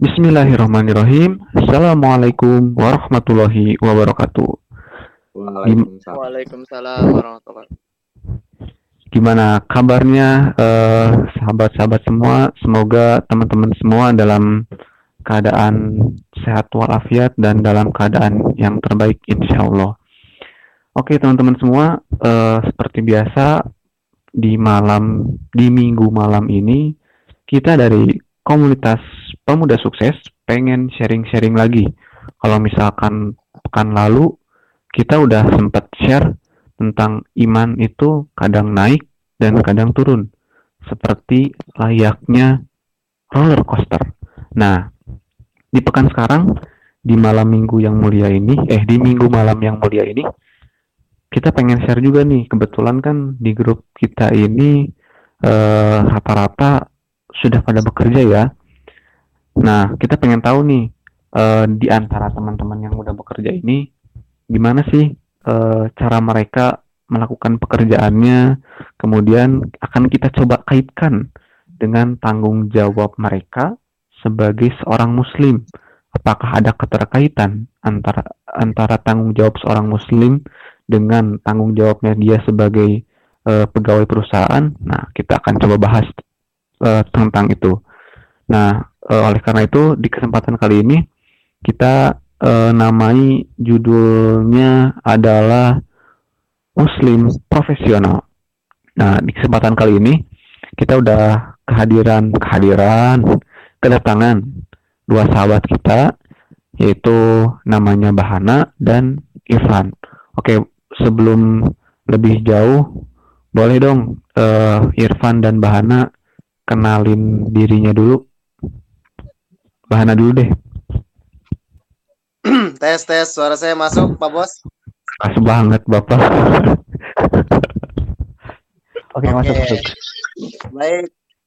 Bismillahirrahmanirrahim. Assalamualaikum warahmatullahi wabarakatuh. Gim- Waalaikumsalam. Waalaikumsalam warahmatullahi wabarakatuh. Gimana kabarnya sahabat-sahabat semua? Semoga teman-teman semua dalam keadaan sehat walafiat dan dalam keadaan yang terbaik insya Allah. Oke teman-teman semua, seperti biasa di minggu malam ini kita dari komunitas pemuda sukses pengen sharing-sharing lagi. Kalau misalkan pekan lalu kita udah sempat share tentang iman itu kadang naik dan kadang turun, seperti layaknya roller coaster. Nah, di pekan sekarang, di malam minggu yang mulia ini, di minggu malam yang mulia ini, kita pengen share juga nih. Kebetulan kan di grup kita ini rata-rata sudah pada bekerja ya. Nah, kita pengen tahu nih, di antara teman-teman yang udah bekerja ini, gimana sih cara mereka melakukan pekerjaannya, kemudian akan kita coba kaitkan dengan tanggung jawab mereka sebagai seorang muslim. Apakah ada keterkaitan antara antara tanggung jawab seorang muslim dengan tanggung jawabnya dia sebagai pegawai perusahaan? Nah, kita akan coba bahas tentang itu. Nah, oleh karena itu di kesempatan kali ini kita namai judulnya adalah Muslim Profesional. Nah, di kesempatan kali ini kita udah kedatangan dua sahabat kita, yaitu namanya Bahana dan Irfan. Oke, sebelum lebih jauh, boleh dong Irfan dan Bahana kenalin dirinya dulu. Bahana dulu deh. Tes, suara saya masuk, Pak Bos? Pas banget, Bapak. Oke, masuk. Baik,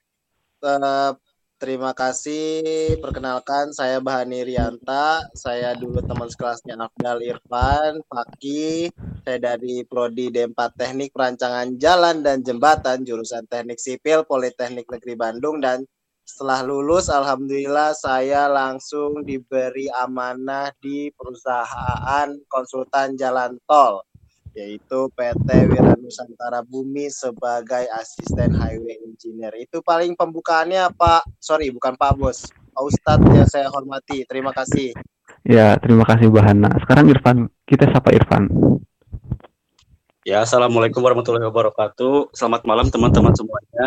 terima kasih. Perkenalkan, saya Bahani Rianta. Saya dulu teman sekelasnya Afdal Irfan, Fakih. Saya dari Prodi D4 Teknik Perancangan Jalan dan Jembatan, jurusan Teknik Sipil, Politeknik Negeri Bandung. Dan setelah lulus, alhamdulillah saya langsung diberi amanah di perusahaan konsultan jalan tol, yaitu PT Wiranusantara Bumi sebagai asisten highway engineer. Itu paling pembukaannya bukan Pak Bos, Pak Ustadz yang saya hormati. Terima kasih. Ya, terima kasih Bahana. Sekarang Irfan, kita sapa Irfan. Ya, assalamualaikum warahmatullahi wabarakatuh. Selamat malam teman-teman semuanya.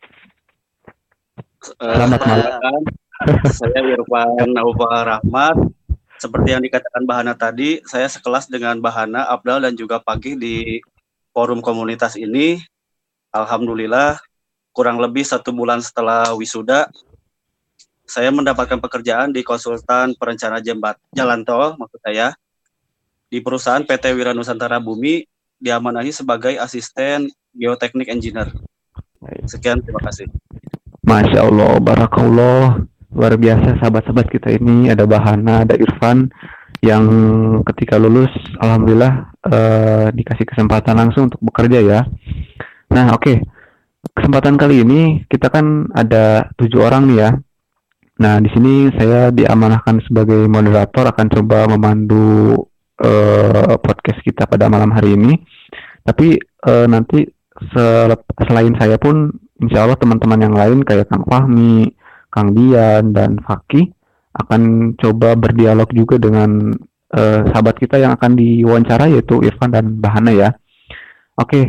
Selamat malam. Saya Irfan Naufa Rahmat. Seperti yang dikatakan Bahana tadi, saya sekelas dengan Bahana, Abdal, dan juga Pagih di forum komunitas ini. Alhamdulillah, kurang lebih 1 bulan setelah wisuda, saya mendapatkan pekerjaan di konsultan perencana jalan tol, maksud saya, di perusahaan PT Wiranusantara Bumi, diamanahi sebagai asisten geoteknik engineer. Sekian, terima kasih. Masya Allah, barakallah. Luar biasa sahabat-sahabat kita ini. Ada Bahana, ada Irfan yang ketika lulus alhamdulillah dikasih kesempatan langsung untuk bekerja ya. Nah, oke. Kesempatan kali ini kita kan ada 7 orang nih ya. Nah, di sini saya diamanahkan sebagai moderator, akan coba memandu podcast kita pada malam hari ini. Tapi nanti selain saya pun insya Allah teman-teman yang lain kayak Kang Fahmi, Kang Dian, dan Fakih akan coba berdialog juga dengan sahabat kita yang akan diwawancara, yaitu Irfan dan Bahana ya. Oke,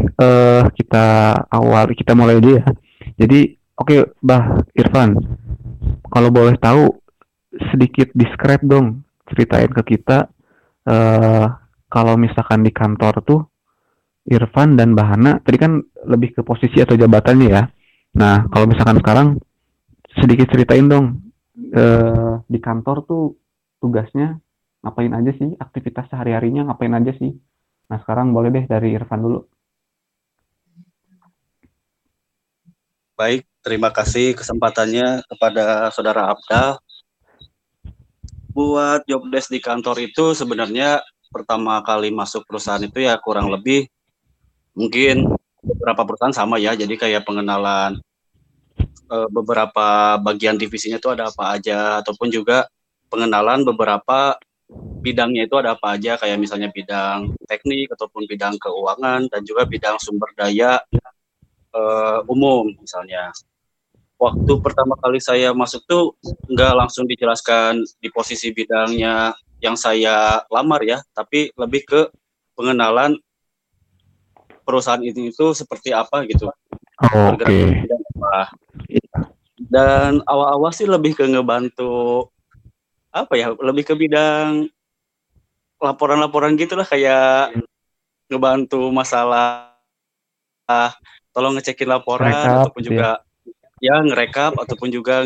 kita mulai aja ya. Jadi, oke, Irfan, kalau boleh tahu sedikit describe dong, ceritain ke kita kalau misalkan di kantor tuh Irfan dan Bahana tadi kan lebih ke posisi atau jabatannya ya. Nah, kalau misalkan sekarang sedikit ceritain dong di kantor tuh tugasnya ngapain aja sih, aktivitas sehari-harinya ngapain aja sih. Nah, sekarang boleh deh dari Irfan dulu. Baik, terima kasih kesempatannya kepada Saudara Abdal. Buat job desk di kantor itu sebenarnya pertama kali masuk perusahaan itu ya kurang lebih mungkin beberapa perusahaan sama ya, jadi kayak pengenalan beberapa bagian divisinya itu ada apa aja, ataupun juga pengenalan beberapa bidangnya itu ada apa aja, kayak misalnya bidang teknik ataupun bidang keuangan dan juga bidang sumber daya umum misalnya. Waktu pertama kali saya masuk tuh nggak langsung dijelaskan di posisi bidangnya yang saya lamar ya, tapi lebih ke pengenalan perusahaan itu seperti apa gitu, bergerak di bidang apa. Dan awal-awal sih lebih ke ngebantu apa ya, lebih ke bidang laporan-laporan gitulah, kayak ngebantu masalah tolong ngecekin laporan Rekap ataupun gitu juga ya ngerekap ataupun juga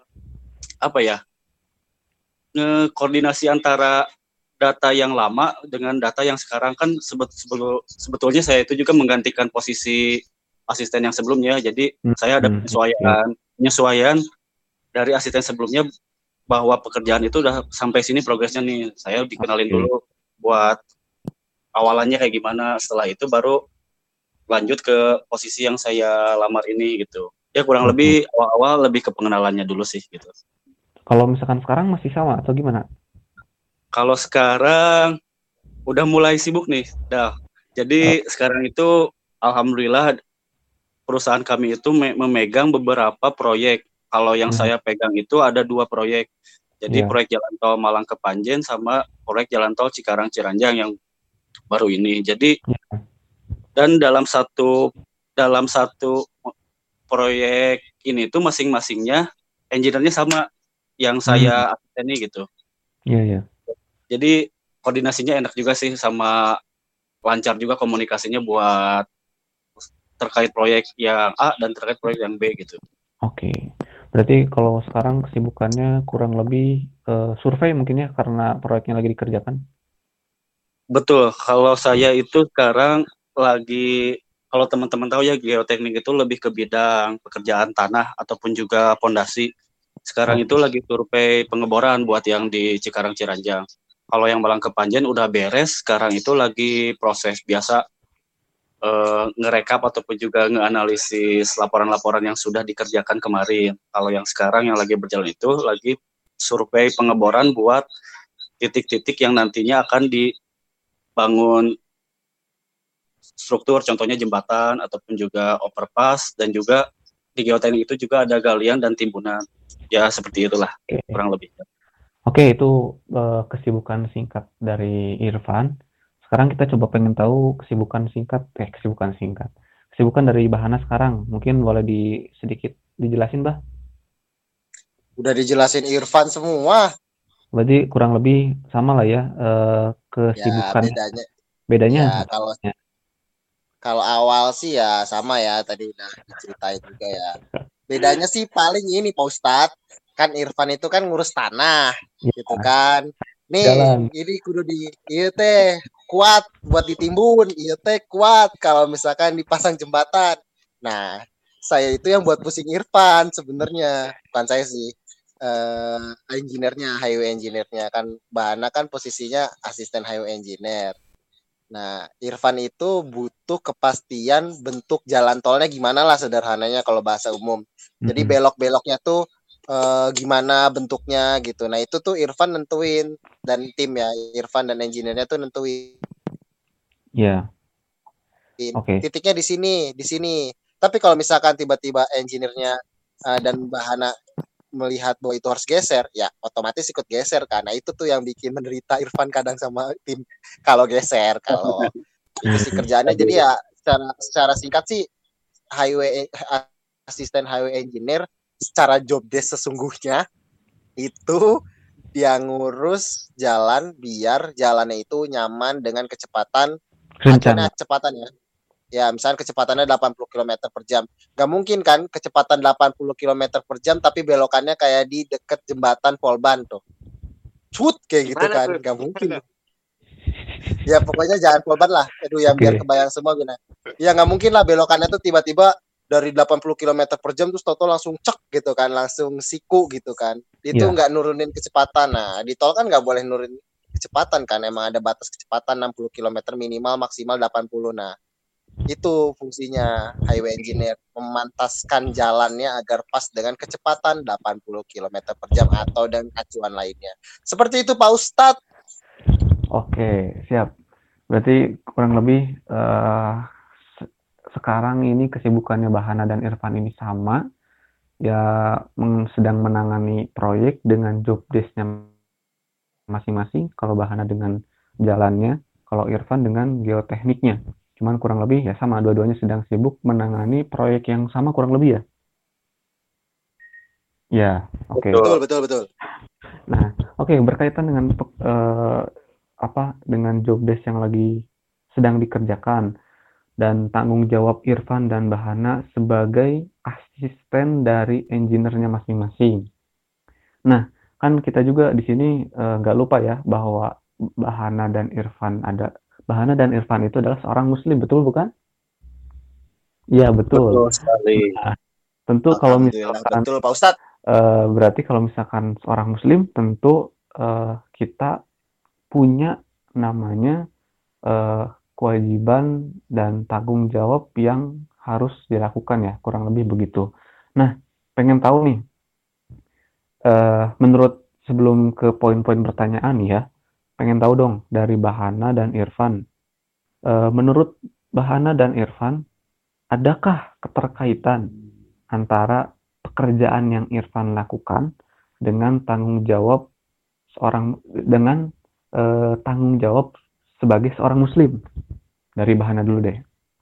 ngekoordinasi antara data yang lama dengan data yang sekarang. Kan sebetulnya saya itu juga menggantikan posisi asisten yang sebelumnya, jadi saya ada penyesuaian dari asisten sebelumnya bahwa pekerjaan itu udah sampai sini progresnya nih, saya dikenalin dulu buat awalannya kayak gimana, setelah itu baru lanjut ke posisi yang saya lamar ini gitu. Ya kurang lebih awal-awal lebih ke pengenalannya dulu sih gitu. Kalau misalkan sekarang masih sama atau gimana? Kalau sekarang udah mulai sibuk nih, dah. Jadi sekarang itu alhamdulillah perusahaan kami itu memegang beberapa proyek. Kalau yang saya pegang itu ada 2 proyek. Jadi proyek jalan tol Malang ke Panjen sama proyek jalan tol Cikarang Ciranjang yang baru ini. Jadi dan dalam satu proyek ini tuh masing-masingnya engineer-nya sama yang saya asisteni gitu. Iya. Jadi koordinasinya enak juga sih, sama lancar juga komunikasinya buat terkait proyek yang A dan terkait proyek yang B gitu. Oke. Berarti kalau sekarang kesibukannya kurang lebih survei mungkin ya, karena proyeknya lagi dikerjakan? Betul. Kalau saya itu sekarang lagi, kalau teman-teman tahu ya, geoteknik itu lebih ke bidang pekerjaan tanah ataupun juga pondasi. Sekarang itu lagi survei pengeboran buat yang di Cikarang Ciranjang. Kalau yang Malang ke Panjen udah beres, sekarang itu lagi proses biasa ngerekap ataupun juga ngeanalisis laporan-laporan yang sudah dikerjakan kemarin. Kalau yang sekarang yang lagi berjalan itu lagi survei pengeboran buat titik-titik yang nantinya akan dibangun struktur, contohnya jembatan ataupun juga overpass, dan juga di geoteknik itu juga ada galian dan timbunan. Ya seperti itulah kurang lebih. Oke, itu kesibukan singkat dari Irfan. Sekarang kita coba pengen tahu kesibukan dari Bahana sekarang. Mungkin boleh sedikit dijelasin, Bah? Udah dijelasin Irfan semua. Berarti kurang lebih sama lah ya kesibukan. Ya, bedanya ya, kalau awal sih ya sama ya, tadi udah diceritain juga ya. Bedanya sih paling ini Pak Ustadz, kan Irfan itu kan ngurus tanah gitu kan. Nih, ini kudu teh kuat buat ditimbun, teh kuat kalau misalkan dipasang jembatan. Nah, saya itu yang buat pusing Irfan sebenarnya, bukan saya sih. Engineer-nya, highway engineer-nya kan, Bahana kan posisinya asisten highway engineer. Nah, Irfan itu butuh kepastian bentuk jalan tolnya gimana lah sederhananya kalau bahasa umum. Jadi belok-beloknya tuh gimana bentuknya gitu. Nah, itu tuh Irfan nentuin, dan tim ya, Irfan dan engineer-nya tuh nentuin. Iya. Okay. Titiknya di sini. Tapi kalau misalkan tiba-tiba engineer-nya dan Bahana melihat bahwa itu harus geser, ya otomatis ikut geser kan. Nah, itu tuh yang bikin menderita Irfan kadang sama tim kalau geser. Kalau itu sih kerjaannya. Jadi ya secara singkat sih, asisten highway engineer secara job desk sesungguhnya itu dia ngurus jalan biar jalannya itu nyaman dengan kecepatan ya. Ya, misalnya kecepatannya 80 km per jam. Gak mungkin kan kecepatan 80 km per jam tapi belokannya kayak di deket jembatan Polban tuh. Cut kayak gitu kan. Gak mungkin. Ya pokoknya jalan Polban lah. Aduh, yang biar kebayang semua gini. Ya gak mungkin lah belokannya tuh tiba-tiba dari 80 km per jam terus toto langsung cek gitu kan. Langsung siku gitu kan. Itu gak nurunin kecepatan. Nah, di tol kan gak boleh nurunin kecepatan kan. Emang ada batas kecepatan 60 km minimal maksimal 80. Nah, Itu fungsinya highway engineer, memantaskan jalannya agar pas dengan kecepatan 80 km per jam atau dengan acuan lainnya. Seperti itu Pak Ustadz. Oke, siap. Berarti kurang lebih sekarang ini kesibukannya Bahana dan Irfan ini sama, ya sedang menangani proyek dengan job desk-nya masing-masing. Kalau Bahana dengan jalannya, kalau Irfan dengan geotekniknya. Cuman kurang lebih ya sama, dua-duanya sedang sibuk menangani proyek yang sama kurang lebih ya. Ya, oke. Betul. Nah, oke, berkaitan dengan dengan job desk yang lagi sedang dikerjakan dan tanggung jawab Irfan dan Bahana sebagai asisten dari engineer-nya masing-masing. Nah, kan kita juga di sini nggak lupa ya bahwa Bahana dan Irfan itu adalah seorang Muslim, betul bukan? Iya, betul. Betul sekali. Nah, tentu kalau misalkan betul Pak Ustadz. Berarti kalau misalkan seorang Muslim, tentu kita punya namanya kewajiban dan tanggung jawab yang harus dilakukan ya, kurang lebih begitu. Nah, pengen tahu nih, menurut sebelum ke poin-poin pertanyaan ya, pengen tahu dong dari Bahana dan Irfan. Menurut Bahana dan Irfan, adakah keterkaitan antara pekerjaan yang Irfan lakukan dengan tanggung jawab sebagai seorang Muslim? Dari Bahana dulu deh.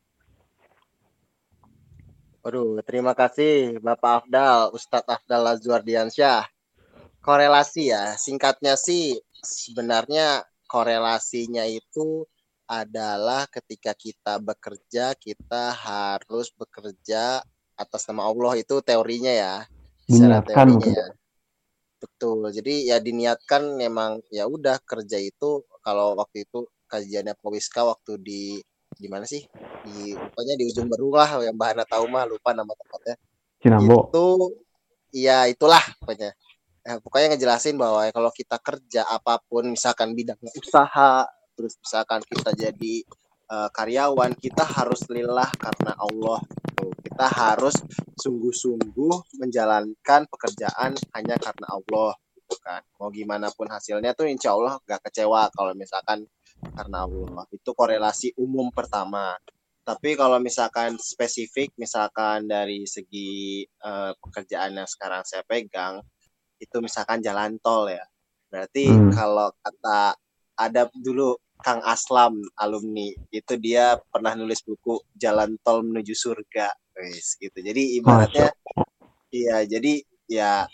Waduh, terima kasih Bapak Afdal, Ustadz Afdal Azwardiansyah. Korelasi ya, singkatnya sih sebenarnya korelasinya itu adalah ketika kita bekerja, kita harus bekerja atas nama Allah, itu teorinya ya. Diniatkan mungkin. Ya. Betul. Jadi ya diniatkan memang ya udah kerja itu, kalau waktu itu kajiannya Powiska waktu di mana sih? Pokoknya di Ujung Berung lah, yang Bahana tahu mah, lupa nama tempatnya. Cinambo. Itu ya itulah pokoknya. Pokoknya ngejelasin bahwa kalau kita kerja apapun, misalkan bidangnya usaha, terus misalkan kita jadi karyawan, kita harus lillah karena Allah. Kita harus sungguh-sungguh menjalankan pekerjaan hanya karena Allah, gitu kan. Mau gimana pun hasilnya tuh insya Allah gak kecewa kalau misalkan karena Allah. Itu korelasi umum pertama. Tapi kalau misalkan spesifik, misalkan dari segi pekerjaan yang sekarang saya pegang, itu misalkan jalan tol ya. Berarti kalau kata ada dulu Kang Aslam alumni, itu dia pernah nulis buku Jalan Tol Menuju Surga. Gitu. Jadi ibaratnya iya, jadi ya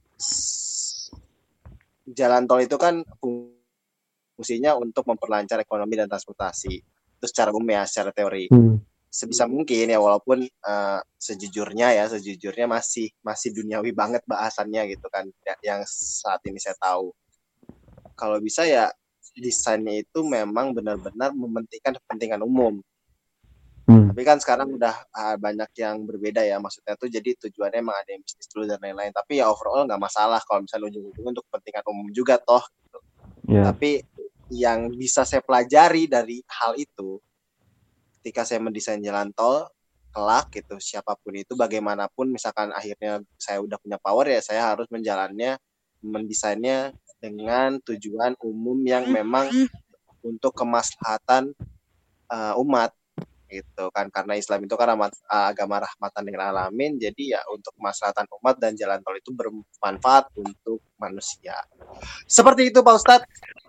jalan tol itu kan fungsinya untuk memperlancar ekonomi dan transportasi. Itu secara umum ya, secara teori. Sebisa mungkin ya, walaupun sejujurnya masih duniawi banget bahasannya gitu kan, yang saat ini saya tahu. Kalau bisa ya desainnya itu memang benar-benar mementingkan kepentingan umum. Tapi kan sekarang udah banyak yang berbeda ya, maksudnya tuh jadi tujuannya emang ada yang bisnis dulu dan lain-lain. Tapi ya overall nggak masalah kalau misalnya ujung-ujungnya untuk kepentingan umum juga toh. Gitu. Yeah. Tapi yang bisa saya pelajari dari hal itu, ketika saya mendesain jalan tol kelak gitu, siapapun itu, bagaimanapun misalkan akhirnya saya udah punya power ya, saya harus mendesainnya dengan tujuan umum yang memang untuk kemaslahatan umat gitu kan, karena Islam itu kan agama rahmatan lil alamin, jadi ya untuk kemaslahatan umat dan jalan tol itu bermanfaat untuk manusia. Seperti itu Pak Ustadz.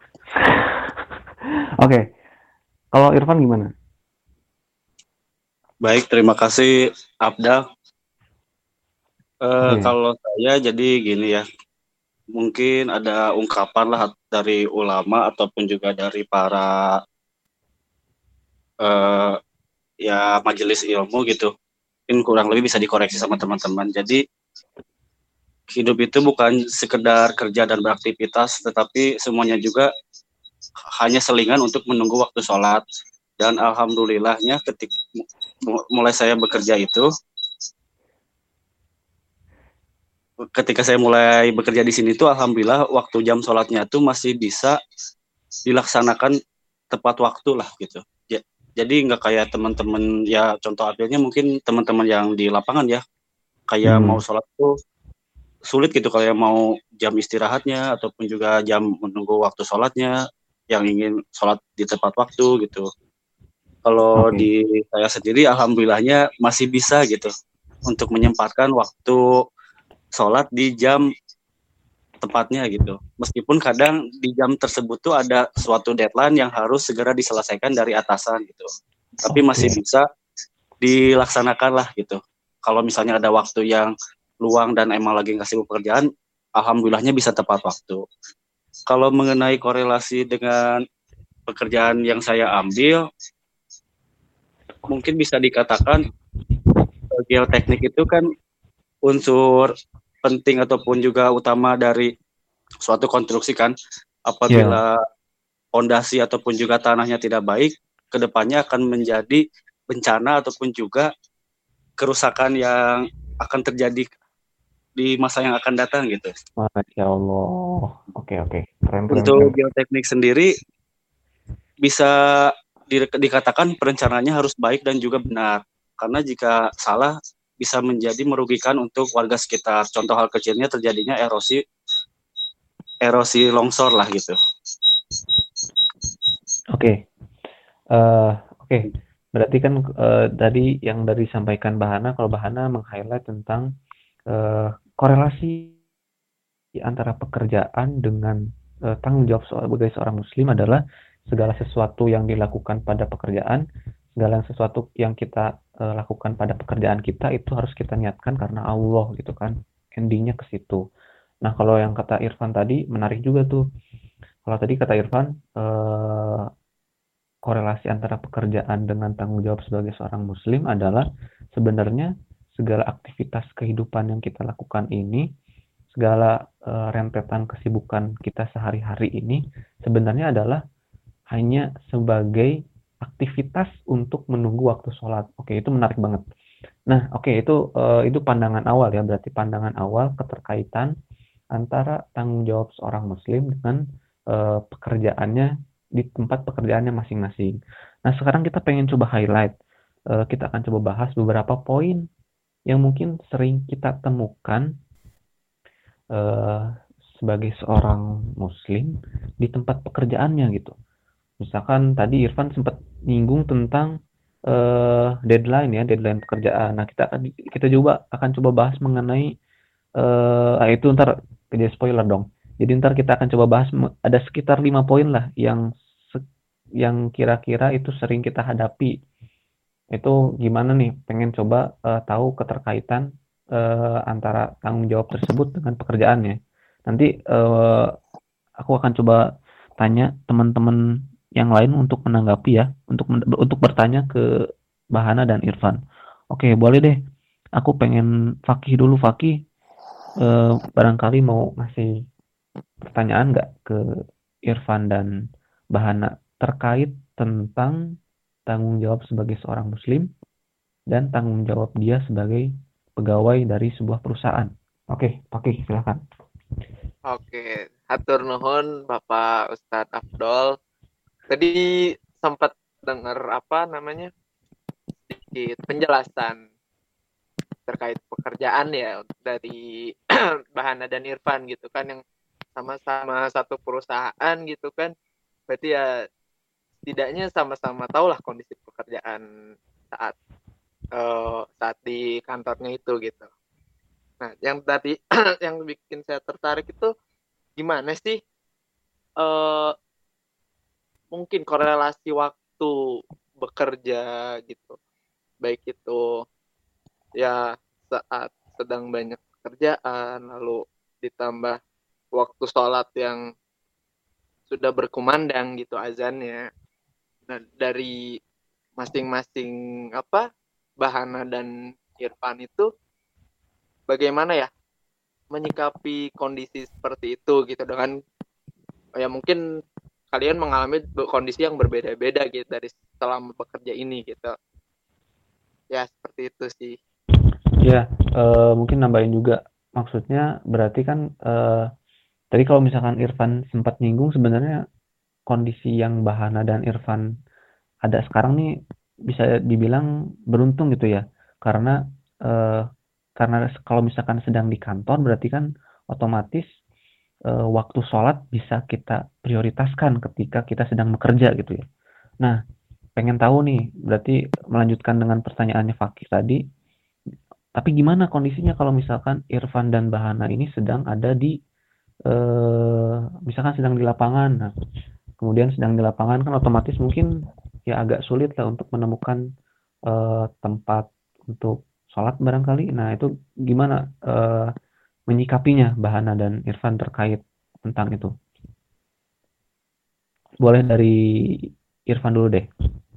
Oke. Kalau Irfan gimana? Baik, terima kasih Abdal. Kalau saya jadi gini ya, mungkin ada ungkapan lah dari ulama ataupun juga dari para ya majelis ilmu gitu, mungkin kurang lebih bisa dikoreksi sama teman-teman. Jadi hidup itu bukan sekedar kerja dan beraktivitas, tetapi semuanya juga hanya selingan untuk menunggu waktu sholat. Dan alhamdulillahnya ketika mulai saya bekerja itu, ketika saya mulai bekerja di sini tuh alhamdulillah waktu jam sholatnya tuh masih bisa dilaksanakan tepat waktu lah gitu. Jadi nggak kayak teman-teman ya, contoh ambilnya mungkin teman-teman yang di lapangan ya, kayak mau sholat tuh sulit gitu, kayak mau jam istirahatnya ataupun juga jam menunggu waktu sholatnya, yang ingin sholat di tepat waktu gitu. Kalau di saya sendiri alhamdulillahnya masih bisa gitu untuk menyempatkan waktu sholat di jam tepatnya gitu. Meskipun kadang di jam tersebut tuh ada suatu deadline yang harus segera diselesaikan dari atasan gitu. Tapi masih bisa dilaksanakan lah gitu. Kalau misalnya ada waktu yang luang dan emang lagi nggak sibuk pekerjaan, alhamdulillahnya bisa tepat waktu. Kalau mengenai korelasi dengan pekerjaan yang saya ambil, mungkin bisa dikatakan geoteknik itu kan unsur penting ataupun juga utama dari suatu konstruksi kan. Apabila fondasi ataupun juga tanahnya tidak baik, kedepannya akan menjadi bencana ataupun juga kerusakan yang akan terjadi di masa yang akan datang gitu. Masya Allah. Oke. Keren. Untuk geoteknik sendiri bisa dikatakan perencanaannya harus baik dan juga benar. Karena jika salah bisa menjadi merugikan untuk warga sekitar. Contoh hal kecilnya terjadinya erosi longsor lah gitu. Oke. Berarti kan tadi yang dari disampaikan Bahana, kalau Bahana meng-highlight tentang korelasi antara pekerjaan dengan tanggung jawab sebagai seorang muslim adalah segala sesuatu yang dilakukan pada pekerjaan, segala sesuatu yang kita lakukan pada pekerjaan kita itu harus kita niatkan karena Allah gitu kan, endingnya ke situ. Nah kalau yang kata Irfan tadi menarik juga tuh. Kalau tadi kata Irfan korelasi antara pekerjaan dengan tanggung jawab sebagai seorang muslim adalah sebenarnya segala aktivitas kehidupan yang kita lakukan ini, segala rentetan kesibukan kita sehari-hari ini sebenarnya adalah hanya sebagai aktivitas untuk menunggu waktu sholat. Oke, itu menarik banget. Nah, itu pandangan awal ya, berarti pandangan awal keterkaitan antara tanggung jawab seorang muslim dengan pekerjaannya di tempat pekerjaannya masing-masing. Nah, sekarang kita pengen coba highlight. Kita akan coba bahas beberapa poin yang mungkin sering kita temukan sebagai seorang muslim di tempat pekerjaannya gitu. Misalkan tadi Irfan sempat nyinggung tentang deadline pekerjaan. Nah, kita juga akan coba bahas mengenai itu ntar jadi spoiler dong. Jadi ntar kita akan coba bahas ada sekitar 5 poin lah yang kira-kira itu sering kita hadapi. Itu gimana nih? Pengen coba tahu keterkaitan antara tanggung jawab tersebut dengan pekerjaannya. Nanti aku akan coba tanya teman-teman yang lain untuk menanggapi ya, untuk bertanya ke Bahana dan Irfan. Oke, boleh deh. Aku pengen Fakih dulu. Fakih, barangkali mau ngasih pertanyaan nggak ke Irfan dan Bahana terkait tentang tanggung jawab sebagai seorang muslim dan tanggung jawab dia sebagai pegawai dari sebuah perusahaan. Oke, Fakih, silakan. Oke, hatur nuhun Bapak Ustadz Afdol. Tadi sempat dengar sedikit penjelasan terkait pekerjaan ya dari Bahana dan Irfan gitu kan, yang sama-sama satu perusahaan gitu kan. Berarti ya setidaknya sama-sama tahulah kondisi pekerjaan saat di kantornya itu gitu. Nah, yang tadi yang bikin saya tertarik itu gimana sih mungkin korelasi waktu bekerja gitu, baik itu ya saat sedang banyak pekerjaan lalu ditambah waktu sholat yang sudah berkumandang gitu azannya. Nah, dari masing-masing Bahana dan Irfan itu bagaimana ya menyikapi kondisi seperti itu gitu, dengan ya mungkin kalian mengalami kondisi yang berbeda-beda gitu dari selama bekerja ini gitu. Ya seperti itu sih. Ya, mungkin nambahin juga. Maksudnya berarti kan tadi kalau misalkan Irfan sempat nyinggung sebenarnya kondisi yang Bahana dan Irfan ada sekarang nih bisa dibilang beruntung gitu ya, karena kalau misalkan sedang di kantor berarti kan otomatis waktu sholat bisa kita prioritaskan ketika kita sedang bekerja gitu ya. Nah, pengen tahu nih, berarti melanjutkan dengan pertanyaannya Fakih tadi, tapi gimana kondisinya kalau misalkan Irfan dan Bahana ini sedang ada di misalkan sedang di lapangan. Nah, kemudian sedang di lapangan kan otomatis mungkin ya agak sulit lah untuk menemukan tempat untuk sholat barangkali. Nah, itu gimana menyikapinya Bahana dan Irfan terkait tentang itu? Boleh dari Irfan dulu deh.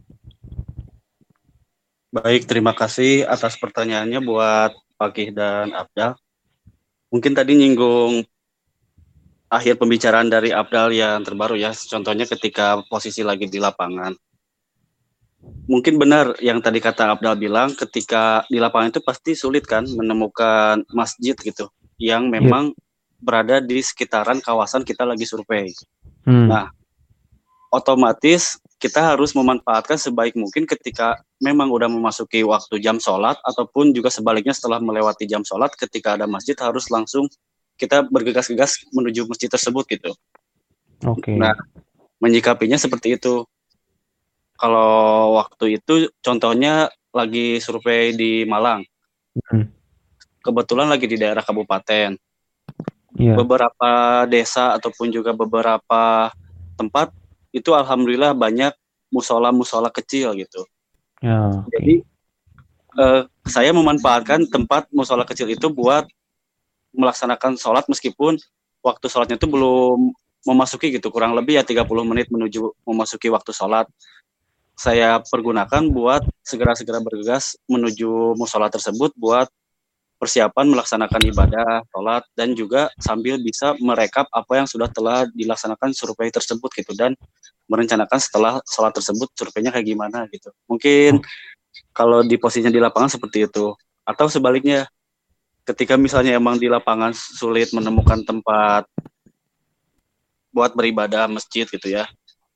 Baik, terima kasih atas pertanyaannya buat Fakih dan Abdal. Mungkin tadi nyinggung akhir pembicaraan dari Abdal yang terbaru ya, contohnya ketika posisi lagi di lapangan. Mungkin benar yang tadi kata Abdal bilang, ketika di lapangan itu pasti sulit kan menemukan masjid gitu, yang memang berada di sekitaran kawasan kita lagi survei. Nah, otomatis kita harus memanfaatkan sebaik mungkin ketika memang udah memasuki waktu jam sholat, ataupun juga sebaliknya setelah melewati jam sholat, ketika ada masjid harus langsung kita bergegas-gegas menuju masjid tersebut gitu. Nah, menyikapinya seperti itu. Kalau waktu itu contohnya lagi survei di Malang. Kebetulan lagi di daerah kabupaten. Beberapa desa ataupun juga beberapa tempat itu alhamdulillah banyak musola-musola kecil gitu. Jadi saya memanfaatkan tempat musola kecil itu buat melaksanakan sholat meskipun waktu sholatnya itu belum memasuki gitu, kurang lebih ya 30 menit menuju memasuki waktu sholat. Saya pergunakan buat segera-segera bergegas menuju musola tersebut buat persiapan melaksanakan ibadah, sholat, dan juga sambil bisa merekap apa yang sudah telah dilaksanakan survei tersebut gitu, dan merencanakan setelah sholat tersebut surveinya kayak gimana gitu. Mungkin kalau di posisinya di lapangan seperti itu. Atau sebaliknya, ketika misalnya emang di lapangan sulit menemukan tempat buat beribadah, masjid gitu ya.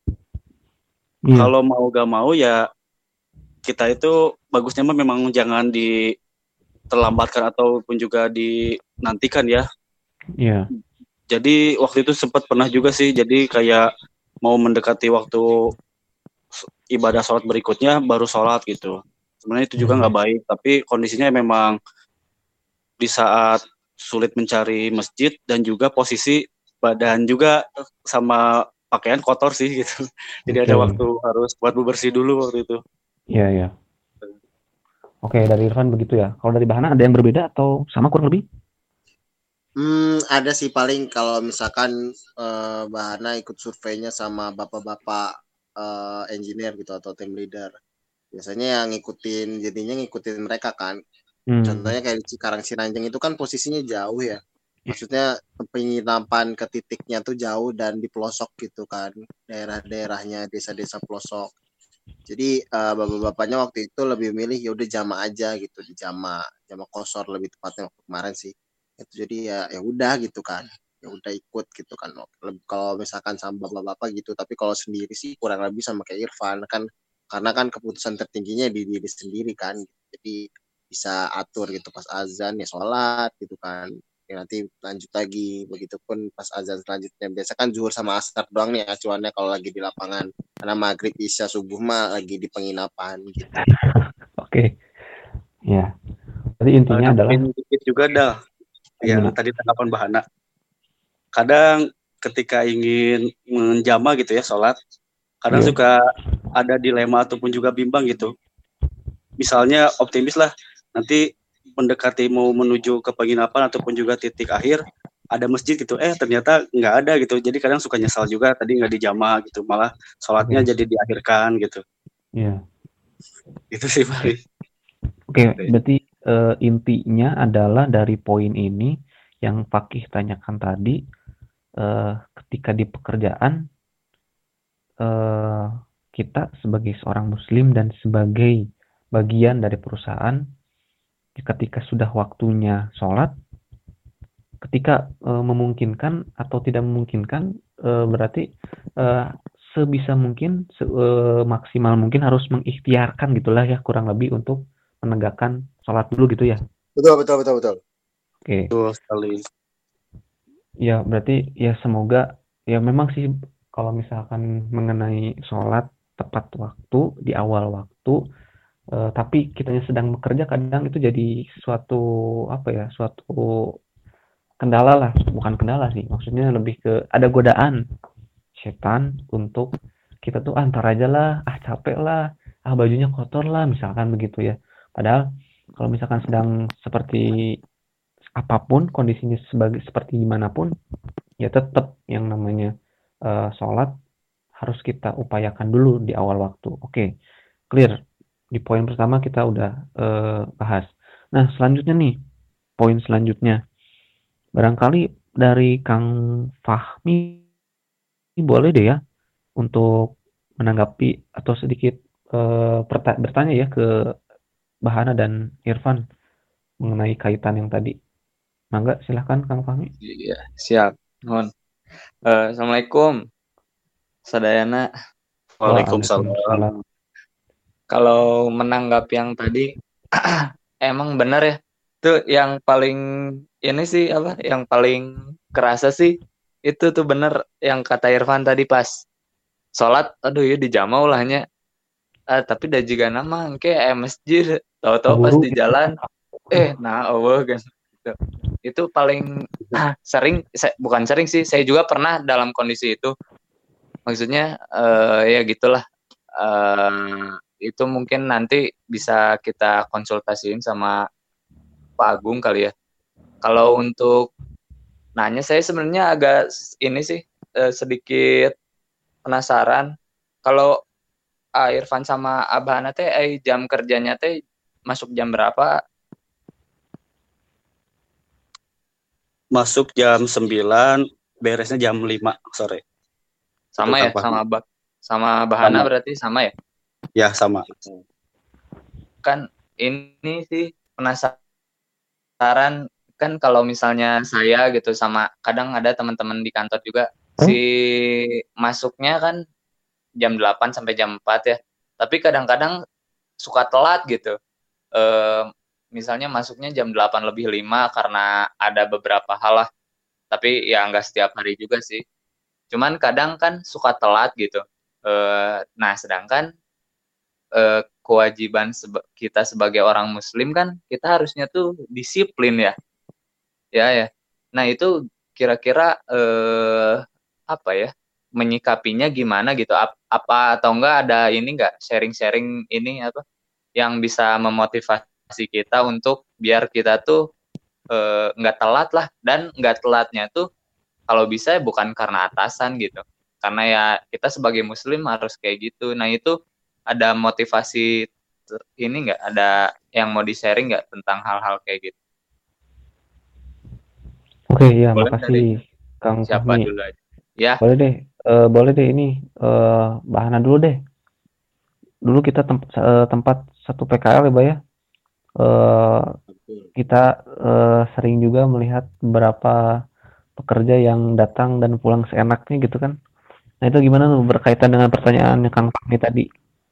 Kalau mau gak mau ya kita itu bagusnya memang jangan terlambatkan ataupun juga dinantikan ya. Jadi waktu itu sempat pernah juga sih, jadi kayak mau mendekati waktu ibadah sholat berikutnya baru sholat gitu. Sebenarnya itu juga nggak baik, tapi kondisinya memang di saat sulit mencari masjid dan juga posisi badan juga sama pakaian kotor sih gitu. Jadi ada waktu harus buat bebersih dulu waktu itu. Iya. Oke, dari Irfan begitu ya. Kalau dari Bahana ada yang berbeda atau sama kurang lebih? Ada sih, paling kalau misalkan Bahana ikut surveinya sama bapak-bapak engineer gitu atau team leader. Biasanya yang jadinya ngikutin mereka kan. Contohnya kayak di Cikarang Ciranjang itu kan posisinya jauh ya. Maksudnya penginapan ke titiknya tuh jauh dan di pelosok gitu kan, daerah-daerahnya, desa-desa pelosok. Jadi bapak-bapaknya waktu itu lebih milih ya udah jama aja gitu, di jama kosor lebih tepatnya waktu kemarin sih. Itu jadi ya udah gitu kan, ya udah ikut gitu kan. Kalau misalkan sama bapak-bapak gitu, tapi kalau sendiri sih kurang lebih sama kayak Irfan kan, karena kan keputusan tertingginya di diri sendiri kan. Jadi bisa atur gitu, pas azan ya sholat gitu kan, ya nanti lanjut lagi, begitupun pas azan selanjutnya. Biasa kan zuhur sama asar doang nih acuannya kalau lagi di lapangan, karena maghrib isya subuh mah lagi di penginapan gitu. Oke. Ya, jadi intinya adalah dikit juga dah yang tadi tanggapan Bahana. Kadang ketika ingin menjama gitu ya sholat, kadang suka ada dilema ataupun juga bimbang gitu. Misalnya optimis lah, nanti mendekati mau menuju ke penginapan ataupun juga titik akhir ada masjid gitu, ternyata nggak ada gitu. Jadi kadang suka nyesal juga tadi nggak dijama gitu, malah sholatnya jadi diakhirkan gitu. Iya. Itu sih Pak. Oke, berarti intinya adalah dari poin ini yang Fakih tanyakan tadi, ketika di pekerjaan kita sebagai seorang muslim dan sebagai bagian dari perusahaan, ketika sudah waktunya sholat, ketika memungkinkan atau tidak memungkinkan, berarti sebisa mungkin maksimal mungkin harus mengikhtiarkan gitulah ya kurang lebih untuk menegakkan sholat dulu gitu ya. Betul. Oke. Betul sekali. Ya berarti ya semoga ya memang sih kalau misalkan mengenai sholat tepat waktu di awal waktu, tapi kitanya sedang bekerja kadang itu jadi suatu suatu kendala lah, bukan kendala sih, maksudnya lebih ke ada godaan setan untuk kita tuh antar aja lah, capek lah, bajunya kotor lah, misalkan begitu ya. Padahal kalau misalkan sedang seperti apapun kondisinya seperti gimana pun, ya tetap yang namanya sholat harus kita upayakan dulu di awal waktu. Oke, clear. Di poin pertama kita udah bahas. Nah, selanjutnya nih, poin selanjutnya. Barangkali dari Kang Fahmi boleh deh ya untuk menanggapi atau sedikit bertanya ya ke Bahana dan Irfan mengenai kaitan yang tadi. Mangga, silahkan Kang Fahmi. Iya, siap. Nuhun. Assalamualaikum, sadayana. Waalaikumsalam. Kalau menanggapi yang tadi, emang benar ya. Itu yang paling ini sih apa? Yang paling kerasa sih itu tuh bener yang kata Irfan tadi pas sholat. Aduh ya dijamau lahnya. Tapi dah juga nama kayak masjid. Tahu-tahu pas di jalan, nah Allah kan. Gitu. Itu paling sering, bukan sering sih. Saya juga pernah dalam kondisi itu. Maksudnya ya gitulah. Itu mungkin nanti bisa kita konsultasiin sama Pak Agung kali ya. Kalau untuk nanya, saya sebenarnya agak ini sih sedikit penasaran. Kalau Irfan sama Abahana teh jam kerjanya teh masuk jam berapa? Masuk jam 9, beresnya jam 5 sore. Sama ya, sama Bahana berarti sama ya? Ya, sama. Kan ini sih penasaran, kan kalau misalnya saya gitu sama kadang ada teman-teman di kantor juga si masuknya kan jam 8 sampai jam 4 ya. Tapi kadang-kadang suka telat gitu. Misalnya masuknya jam 8 lebih 5 karena ada beberapa hal lah. Tapi ya nggak setiap hari juga sih. Cuman kadang kan suka telat gitu. Nah, sedangkan kewajiban kita sebagai orang muslim kan kita harusnya tuh disiplin ya. Ya. Nah, itu kira-kira apa ya? Menyikapinya gimana gitu? Apa atau enggak ada ini enggak sharing-sharing ini apa yang bisa memotivasi kita untuk biar kita tuh enggak telat lah, dan enggak telatnya tuh kalau bisa bukan karena atasan gitu. Karena ya kita sebagai muslim harus kayak gitu. Nah, itu ada motivasi ini enggak, ada yang mau di-sharing enggak tentang hal-hal kayak gitu? Oke, ya, Boleh makasih Kang siapa Fahmi. dulu aja? Ya. Boleh deh ini Bahana dulu deh. Dulu kita tempat satu PKL ya, Mbak ya. Kita sering juga melihat beberapa pekerja yang datang dan pulang seenaknya gitu kan. Nah, itu gimana tuh berkaitan dengan pertanyaannya Kang Fahmi tadi?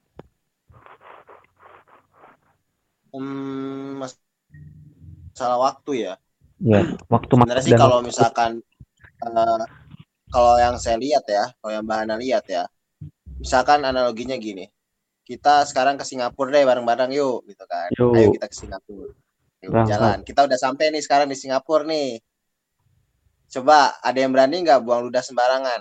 Masalah waktu ya. Ya, waktu sebenarnya sih kalau misalkan kalau yang saya lihat ya, kalau yang Bahana lihat ya, misalkan analoginya gini, kita sekarang ke Singapura deh bareng-bareng yuk, gitu kan. Ayo kita ke Singapura, yuk, jalan. Kita udah sampai nih sekarang di Singapura nih. Coba ada yang berani nggak buang ludah sembarangan?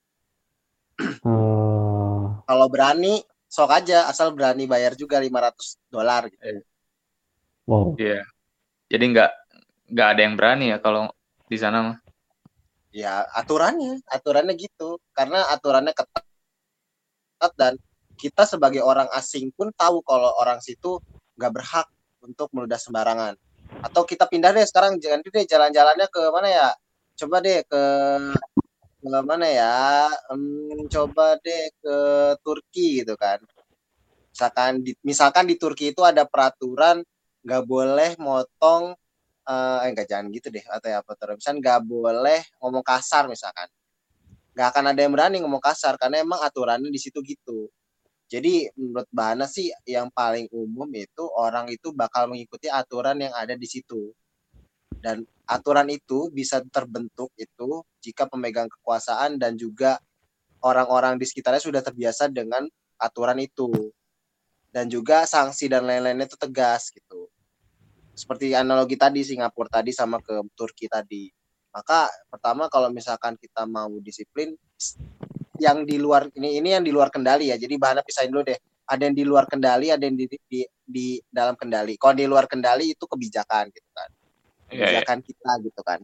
Kalau berani, sok aja, asal berani bayar juga $500 gitu. Wow. Iya. Jadi nggak ada yang berani ya kalau di sana mah. Ya aturannya gitu, karena aturannya ketat dan kita sebagai orang asing pun tahu kalau orang situ nggak berhak untuk meludah sembarangan. Atau kita pindah deh sekarang, jangan deh jalan-jalannya ke mana ya? Coba deh ke mana ya? Coba deh ke Turki gitu kan. Misalkan di Turki itu ada peraturan nggak boleh motong, jangan gitu deh, atau ya apa terus, misalkan nggak boleh ngomong kasar misalkan, nggak akan ada yang berani ngomong kasar karena emang aturannya di situ gitu. Jadi menurut Bahana sih yang paling umum itu orang itu bakal mengikuti aturan yang ada di situ. Dan aturan itu bisa terbentuk itu jika pemegang kekuasaan dan juga orang-orang di sekitarnya sudah terbiasa dengan aturan itu. Dan juga sanksi dan lain-lainnya itu tegas gitu. Seperti analogi tadi Singapura tadi sama ke Turki tadi. Maka pertama kalau misalkan kita mau disiplin yang di luar ini yang di luar kendali ya. Jadi Bahana pisahin dulu deh. Ada yang di luar kendali, ada yang di dalam kendali. Kalau di luar kendali itu kebijakan gitu kan. Kebijakan kita gitu kan.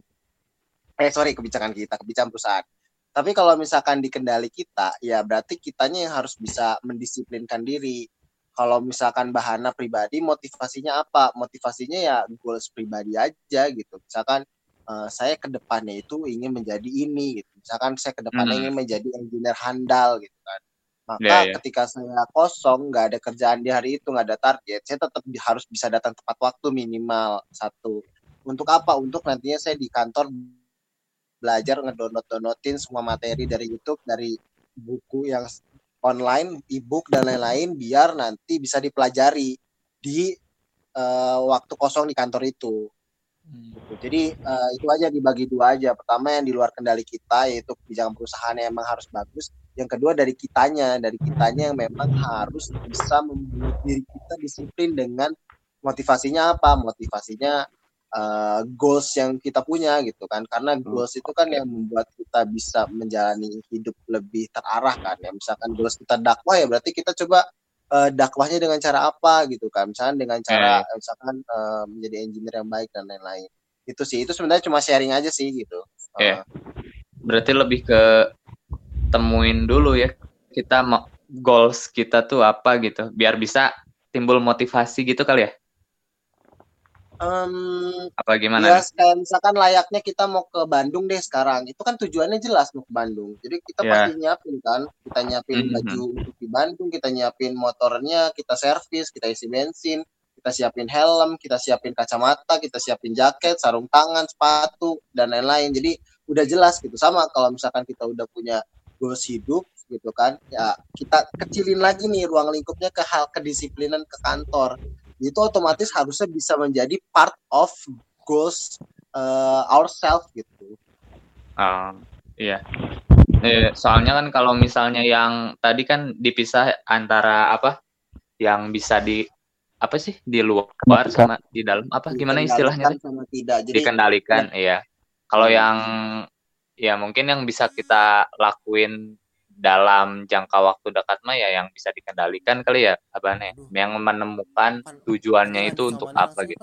Kebijakan perusahaan. Tapi kalau misalkan di kendali kita, ya berarti kitanya yang harus bisa mendisiplinkan diri. Kalau misalkan Bahana pribadi, motivasinya apa? Motivasinya ya goals pribadi aja gitu. Misalkan saya ke depannya itu ingin menjadi ini gitu. Misalkan saya ke depannya ingin menjadi engineer handal gitu kan. Maka ketika saya kosong, nggak ada kerjaan di hari itu, nggak ada target, saya tetap harus bisa datang tepat waktu minimal 1. Untuk apa? Untuk nantinya saya di kantor belajar ngedownloadin semua materi dari YouTube, dari buku yang online, e-book dan lain-lain biar nanti bisa dipelajari di waktu kosong di kantor itu. Jadi itu aja dibagi 2 aja. Pertama yang di luar kendali kita yaitu kebijakan perusahaan yang emang harus bagus. Yang kedua dari kitanya yang memang harus bisa membuat diri kita disiplin dengan motivasinya apa? Motivasinya goals yang kita punya gitu kan, karena goals itu kan yang membuat kita bisa menjalani hidup lebih terarah kan ya. Misalkan goals kita dakwah ya berarti kita coba dakwahnya dengan cara apa gitu kan, misalkan dengan cara menjadi engineer yang baik dan lain-lain. Itu sih, itu sebenarnya cuma sharing aja sih gitu. Berarti lebih ke temuin dulu ya kita goals kita tuh apa gitu biar bisa timbul motivasi gitu kali ya. Apa gimana? Ya kayak misalkan layaknya kita mau ke Bandung deh sekarang, itu kan tujuannya jelas mau ke Bandung. Jadi kita pasti nyiapin kan, kita nyiapin baju untuk di Bandung, kita nyiapin motornya, kita servis, kita isi bensin, kita siapin helm, kita siapin kacamata, kita siapin jaket, sarung tangan, sepatu dan lain-lain. Jadi udah jelas gitu. Sama kalau misalkan kita udah punya goals hidup gitu kan, ya kita kecilin lagi nih ruang lingkupnya ke hal kedisiplinan ke kantor. Itu otomatis harusnya bisa menjadi part of goals ourselves gitu. Iya. Soalnya kan kalau misalnya yang tadi kan dipisah antara apa yang bisa di apa sih di luar sama di dalam apa gimana istilahnya sih? Sama tidak. Jadi, dikendalikan ya. Kalau yang ya mungkin yang bisa kita lakuin dalam jangka waktu dekat mah ya yang bisa dikendalikan kali ya abane yang menemukan tujuannya itu untuk apa gitu.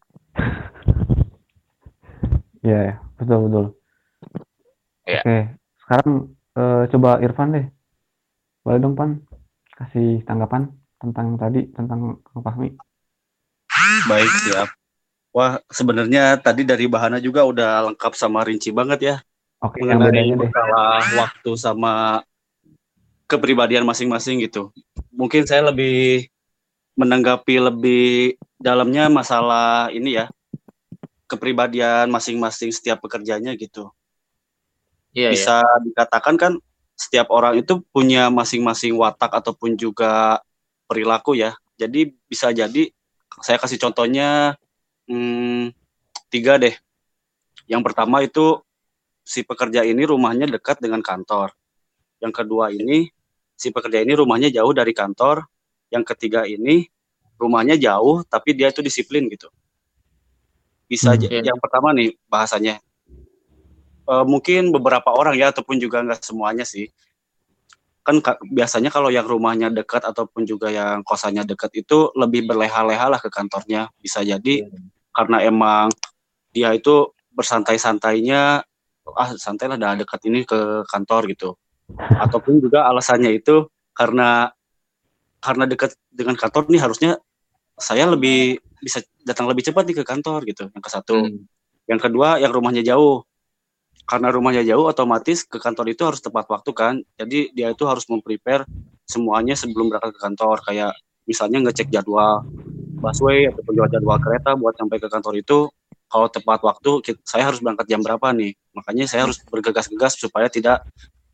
Ya, betul. Ya. Oke, sekarang coba Irfan deh. Boleh dong Pan kasih tanggapan tentang tadi tentang Kang Fahmi. Baik, siap. Wah, sebenarnya tadi dari Bahana juga udah lengkap sama rinci banget ya. Oke, yang bedanya deh. Masalah waktu sama kepribadian masing-masing gitu. Mungkin saya lebih menanggapi lebih dalamnya masalah ini ya, kepribadian masing-masing setiap pekerjanya gitu. Bisa dikatakan kan setiap orang itu punya masing-masing watak ataupun juga perilaku ya. Jadi bisa jadi saya kasih contohnya 3 deh. Yang pertama itu si pekerja ini rumahnya dekat dengan kantor. Yang kedua ini si pekerja ini rumahnya jauh dari kantor. Yang ketiga ini rumahnya jauh tapi dia itu disiplin gitu. Bisa yang pertama nih bahasanya. Mungkin beberapa orang ya ataupun juga nggak semuanya sih. Kan biasanya kalau yang rumahnya dekat ataupun juga yang kosannya dekat itu lebih berleha-leha lah ke kantornya. Bisa jadi karena emang dia itu bersantai-santainya, santai lah dah dekat ini ke kantor gitu. Ataupun juga alasannya itu karena dekat dengan kantor nih harusnya saya lebih bisa datang lebih cepat nih ke kantor gitu. Yang ke-1. Yang kedua yang rumahnya jauh. Karena rumahnya jauh otomatis ke kantor itu harus tepat waktu kan. Jadi dia itu harus memprepare semuanya sebelum berangkat ke kantor. Kayak misalnya ngecek jadwal busway ataupun jadwal kereta buat sampai ke kantor itu. Kalau tepat waktu saya harus berangkat jam berapa nih. Makanya saya harus bergegas-gegas supaya tidak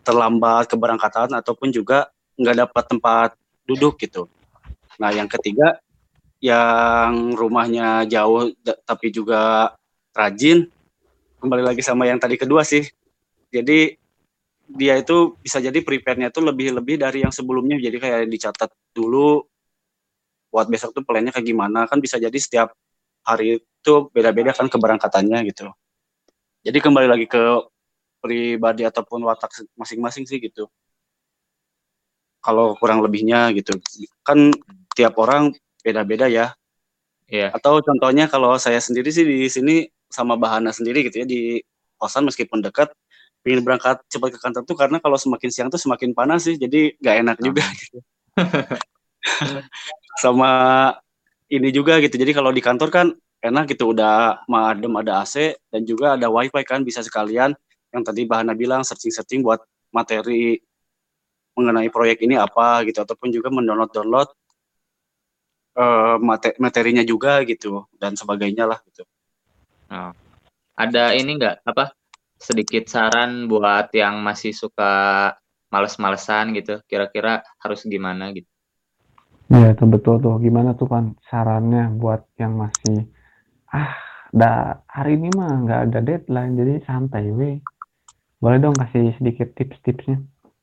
terlambat keberangkatan ataupun juga nggak dapat tempat duduk gitu. Nah, yang ketiga yang rumahnya jauh tapi juga rajin, kembali lagi sama yang tadi kedua sih. Jadi dia itu bisa jadi prepare-nya tuh lebih dari yang sebelumnya. Jadi kayak dicatat dulu buat besok tuh plan-nya kayak gimana. Kan bisa jadi setiap hari itu beda-beda kan keberangkatannya gitu. Jadi kembali lagi ke pribadi ataupun watak masing-masing sih gitu. Kalau kurang lebihnya gitu. Kan tiap orang beda-beda ya. Iya. Atau contohnya kalau saya sendiri sih di sini sama Bahana sendiri gitu ya, di kosan meskipun dekat, pengen berangkat cepat ke kantor tuh karena kalau semakin siang tuh semakin panas sih, jadi nggak enak juga gitu. Sama ini juga gitu, jadi kalau di kantor kan enak gitu, udah adem, ada AC, dan juga ada wifi kan, bisa sekalian yang tadi Bahana bilang searching-searching buat materi mengenai proyek ini apa gitu, ataupun juga mendownload materinya juga gitu, dan sebagainya lah gitu. Oh. Ada ini nggak apa sedikit saran buat yang masih suka males-malesan gitu, kira-kira harus gimana gitu? Ya, itu betul tuh. Gimana tuh kan sarannya buat yang masih hari ini mah nggak ada deadline, jadi santai weh. Boleh dong kasih sedikit tips-tipsnya?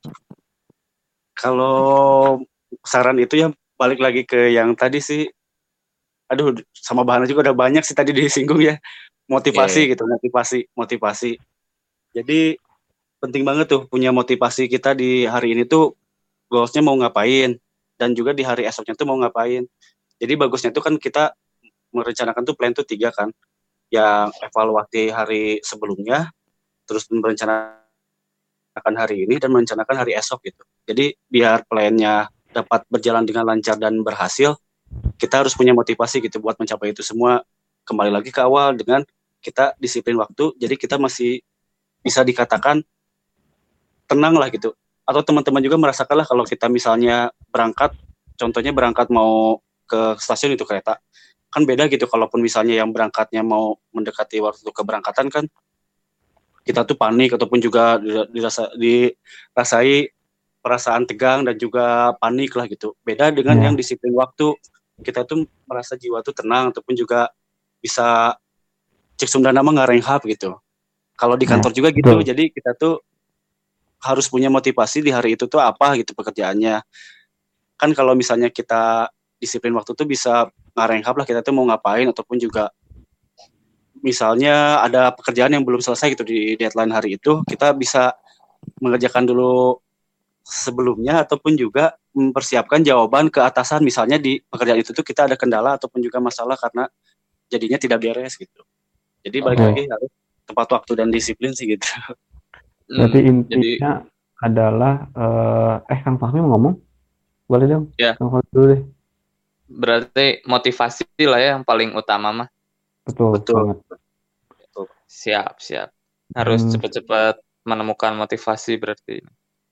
Kalau saran itu ya balik lagi ke yang tadi sih, aduh sama Bahana juga udah banyak sih tadi disinggung ya, motivasi gitu, motivasi. Jadi penting banget tuh punya motivasi kita di hari ini tuh goalsnya mau ngapain, dan juga di hari esoknya tuh mau ngapain. Jadi bagusnya tuh kan kita merencanakan tuh plan tuh 3 kan, yang evaluasi hari sebelumnya, terus merencanakan hari ini, dan merencanakan hari esok gitu. Jadi biar plannya dapat berjalan dengan lancar dan berhasil, kita harus punya motivasi gitu buat mencapai itu semua. Kembali lagi ke awal dengan kita disiplin waktu, jadi kita masih bisa dikatakan tenang lah gitu. Atau teman-teman juga merasakan lah kalau kita misalnya berangkat, contohnya berangkat mau ke stasiun itu kereta, kan beda gitu kalaupun misalnya yang berangkatnya mau mendekati waktu keberangkatan kan kita tuh panik ataupun juga dirasai perasaan tegang dan juga panik lah gitu. Beda dengan yang disiplin waktu, kita tuh merasa jiwa tuh tenang ataupun juga bisa cek Sunda nama ngarenghap gitu. Kalau di kantor juga gitu, jadi kita tuh harus punya motivasi di hari itu tuh apa gitu pekerjaannya. Kan kalau misalnya kita disiplin waktu tuh bisa ngarenghap lah kita tuh mau ngapain, ataupun juga misalnya ada pekerjaan yang belum selesai gitu di deadline hari itu, kita bisa mengerjakan dulu sebelumnya ataupun juga mempersiapkan jawaban ke atasan, misalnya di pekerjaan itu tuh kita ada kendala ataupun juga masalah karena jadinya tidak beres gitu. Jadi balik lagi harus tepat waktu dan disiplin sih gitu. Berarti intinya adalah Kang Fahmi mau ngomong? Boleh dong? Ya. Kang Fahmi dulu deh. Berarti motivasi lah ya yang paling utama mah. Betul banget. Siap. Harus cepat-cepat menemukan motivasi berarti.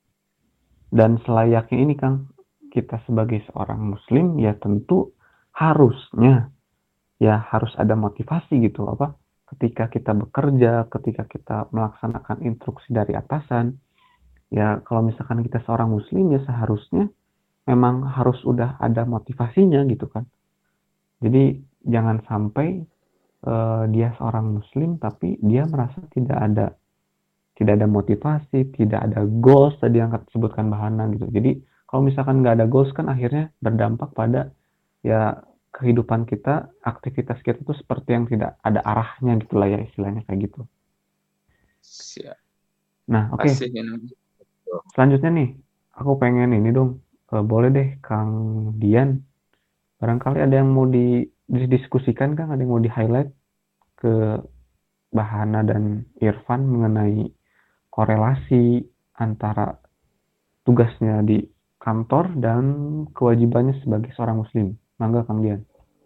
Dan selayaknya ini Kang, kita sebagai seorang muslim ya tentu harusnya ya harus ada motivasi gitu apa ketika kita bekerja, ketika kita melaksanakan instruksi dari atasan. Ya kalau misalkan kita seorang muslim ya seharusnya memang harus udah ada motivasinya gitu kan. Jadi jangan sampai dia seorang muslim tapi dia merasa tidak ada motivasi, tidak ada goals tadi yang disebutkan Bahana gitu. Jadi kalau misalkan nggak ada goals kan akhirnya berdampak pada ya kehidupan kita, aktivitas kita tuh seperti yang tidak ada arahnya gitulah ya istilahnya kayak gitu. Siap. Nah oke. Selanjutnya nih, aku pengen ini dong, boleh deh Kang Dian, barangkali ada yang mau didiskusikan Kang, ada yang mau di-highlight ke Bahana dan Irfan mengenai korelasi antara tugasnya di kantor dan kewajibannya sebagai seorang muslim. Mangga Kang Dian.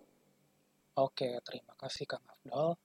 Oke, terima kasih Kang Afdal.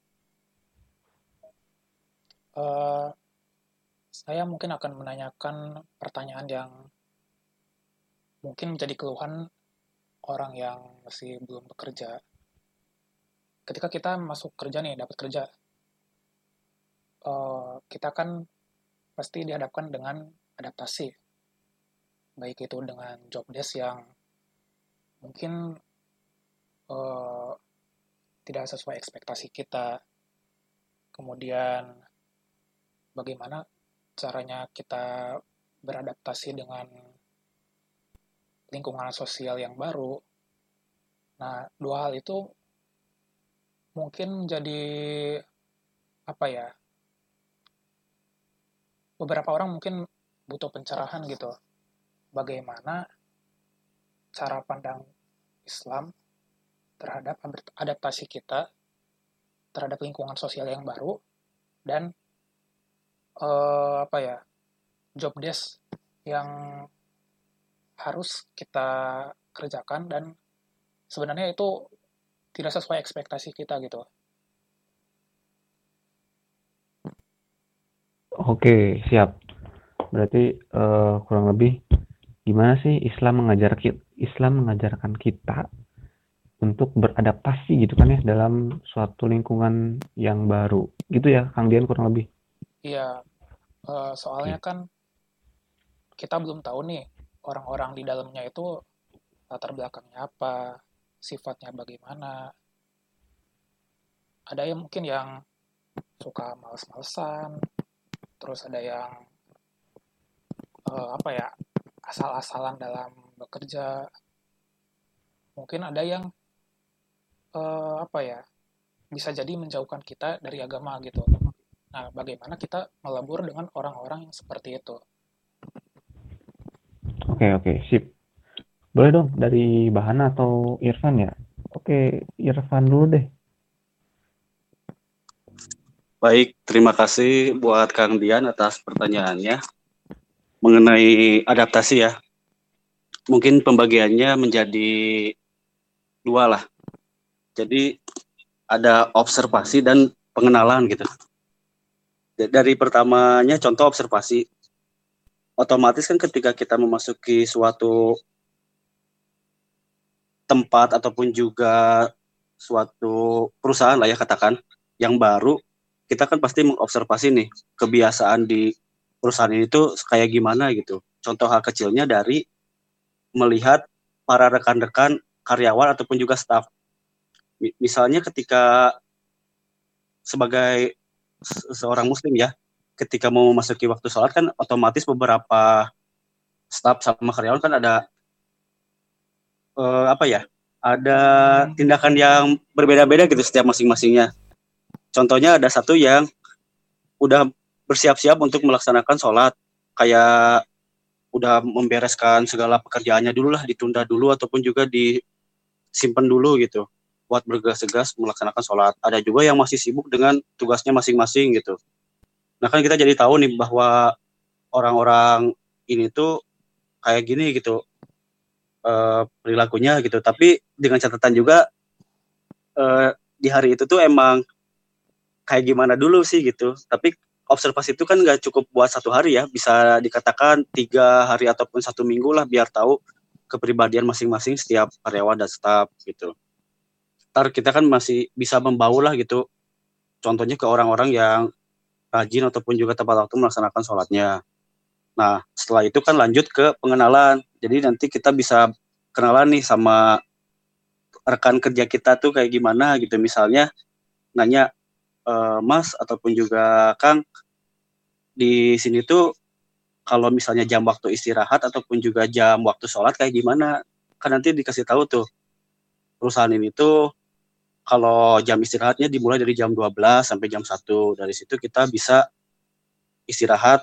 Saya mungkin akan menanyakan pertanyaan yang mungkin menjadi keluhan orang yang masih belum bekerja. Ketika kita masuk kerja nih, dapat kerja, kita kan pasti dihadapkan dengan beradaptasi, baik itu dengan job desk yang mungkin eh, tidak sesuai ekspektasi kita, kemudian bagaimana caranya kita beradaptasi dengan lingkungan sosial yang baru. Nah, dua hal itu mungkin menjadi apa ya? Beberapa orang mungkin butuh pencerahan gitu. Bagaimana cara pandang Islam terhadap adaptasi kita terhadap lingkungan sosial yang baru dan apa ya? Job desk yang harus kita kerjakan dan sebenarnya itu tidak sesuai ekspektasi kita gitu. Oke, siap. Berarti kurang lebih gimana sih Islam mengajarkan kita untuk beradaptasi gitu kan ya dalam suatu lingkungan yang baru. Gitu ya, Kang Dian kurang lebih. Iya, soalnya Oke. kan kita belum tahu nih orang-orang di dalamnya itu latar belakangnya apa, sifatnya bagaimana. Ada yang mungkin yang suka males-malesan, terus ada yang apa ya, asal-asalan dalam bekerja. Mungkin ada yang apa ya, bisa jadi menjauhkan kita dari agama gitu. Nah, bagaimana kita melebur dengan orang-orang yang seperti itu? Oke, sip. Boleh dong dari Bahana atau Irfan ya? Oke, Irfan dulu deh. Baik, terima kasih buat Kang Dian atas pertanyaannya mengenai adaptasi ya. Mungkin pembagiannya menjadi dua lah. Jadi ada observasi dan pengenalan gitu. Dari pertamanya contoh observasi. Otomatis kan ketika kita memasuki suatu tempat ataupun juga suatu perusahaan lah ya katakan yang baru, kita kan pasti mengobservasi nih kebiasaan di perusahaan ini tuh kayak gimana gitu. Contoh hal kecilnya dari melihat para rekan-rekan karyawan ataupun juga staf. Misalnya ketika sebagai seorang muslim ya, ketika mau memasuki waktu sholat kan otomatis beberapa staf sama karyawan kan ada apa ya, ada tindakan yang berbeda-beda gitu setiap masing-masingnya. Contohnya ada satu yang udah bersiap-siap untuk melaksanakan sholat, kayak udah membereskan segala pekerjaannya dulu lah, ditunda dulu ataupun juga disimpan dulu gitu buat bergegas-gegas melaksanakan sholat. Ada juga yang masih sibuk dengan tugasnya masing-masing gitu. Nah kan kita jadi tahu nih bahwa orang-orang ini tuh kayak gini gitu perilakunya gitu. Tapi dengan catatan juga di hari itu tuh emang kayak gimana dulu sih gitu. Tapi observasi itu kan nggak cukup buat 1 hari ya, bisa dikatakan 3 hari ataupun 1 minggu lah biar tahu kepribadian masing-masing setiap karyawan dan staf gitu. Ntar kita kan masih bisa membawa lah gitu, contohnya ke orang-orang yang rajin ataupun juga tepat waktu melaksanakan sholatnya. Nah setelah itu kan lanjut ke pengenalan, jadi nanti kita bisa kenalan nih sama rekan kerja kita tuh kayak gimana gitu, misalnya nanya Mas ataupun juga Kang, di sini tuh kalau misalnya jam waktu istirahat ataupun juga jam waktu sholat kayak gimana, kan nanti dikasih tahu tuh perusahaan ini tuh kalau jam istirahatnya dimulai dari jam 12 sampai jam 1. Dari situ kita bisa istirahat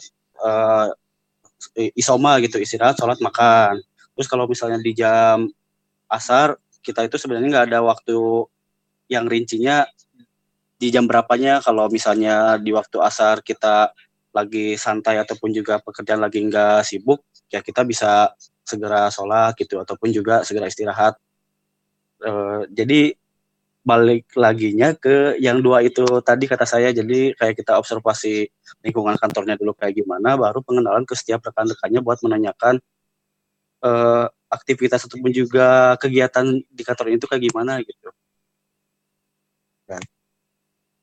isoma gitu, istirahat sholat makan. Terus kalau misalnya di jam asar kita itu sebenarnya nggak ada waktu yang rincinya di jam berapanya. Kalau misalnya di waktu asar kita lagi santai ataupun juga pekerjaan lagi nggak sibuk, ya kita bisa segera sholat gitu ataupun juga segera istirahat. Jadi balik laginya ke yang dua itu tadi kata saya, jadi kayak kita observasi lingkungan kantornya dulu kayak gimana, baru pengenalan ke setiap rekan-rekannya buat menanyakan aktivitas ataupun juga kegiatan di kantor itu kayak gimana gitu.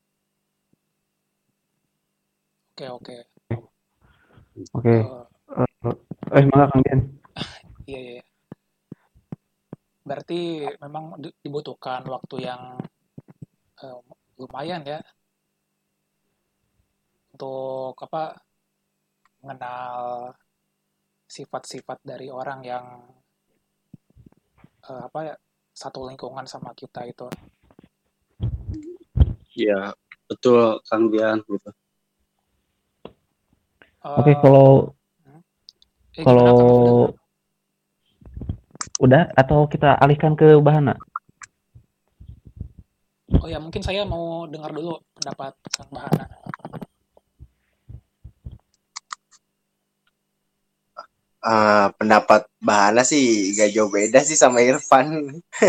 Oke. Oke. Mangga Kang Dian. Iya, iya. Berarti memang dibutuhkan waktu yang lumayan ya untuk mengenal sifat-sifat dari orang yang satu lingkungan sama kita itu. Iya, betul Kang Dian gitu. Oke, kalau gimana, Kang? udah atau kita alihkan ke Bahana? Oh ya, mungkin saya mau dengar dulu pendapat Kang Bahana. Pendapat Bahana sih gak jauh beda sih sama Irfan.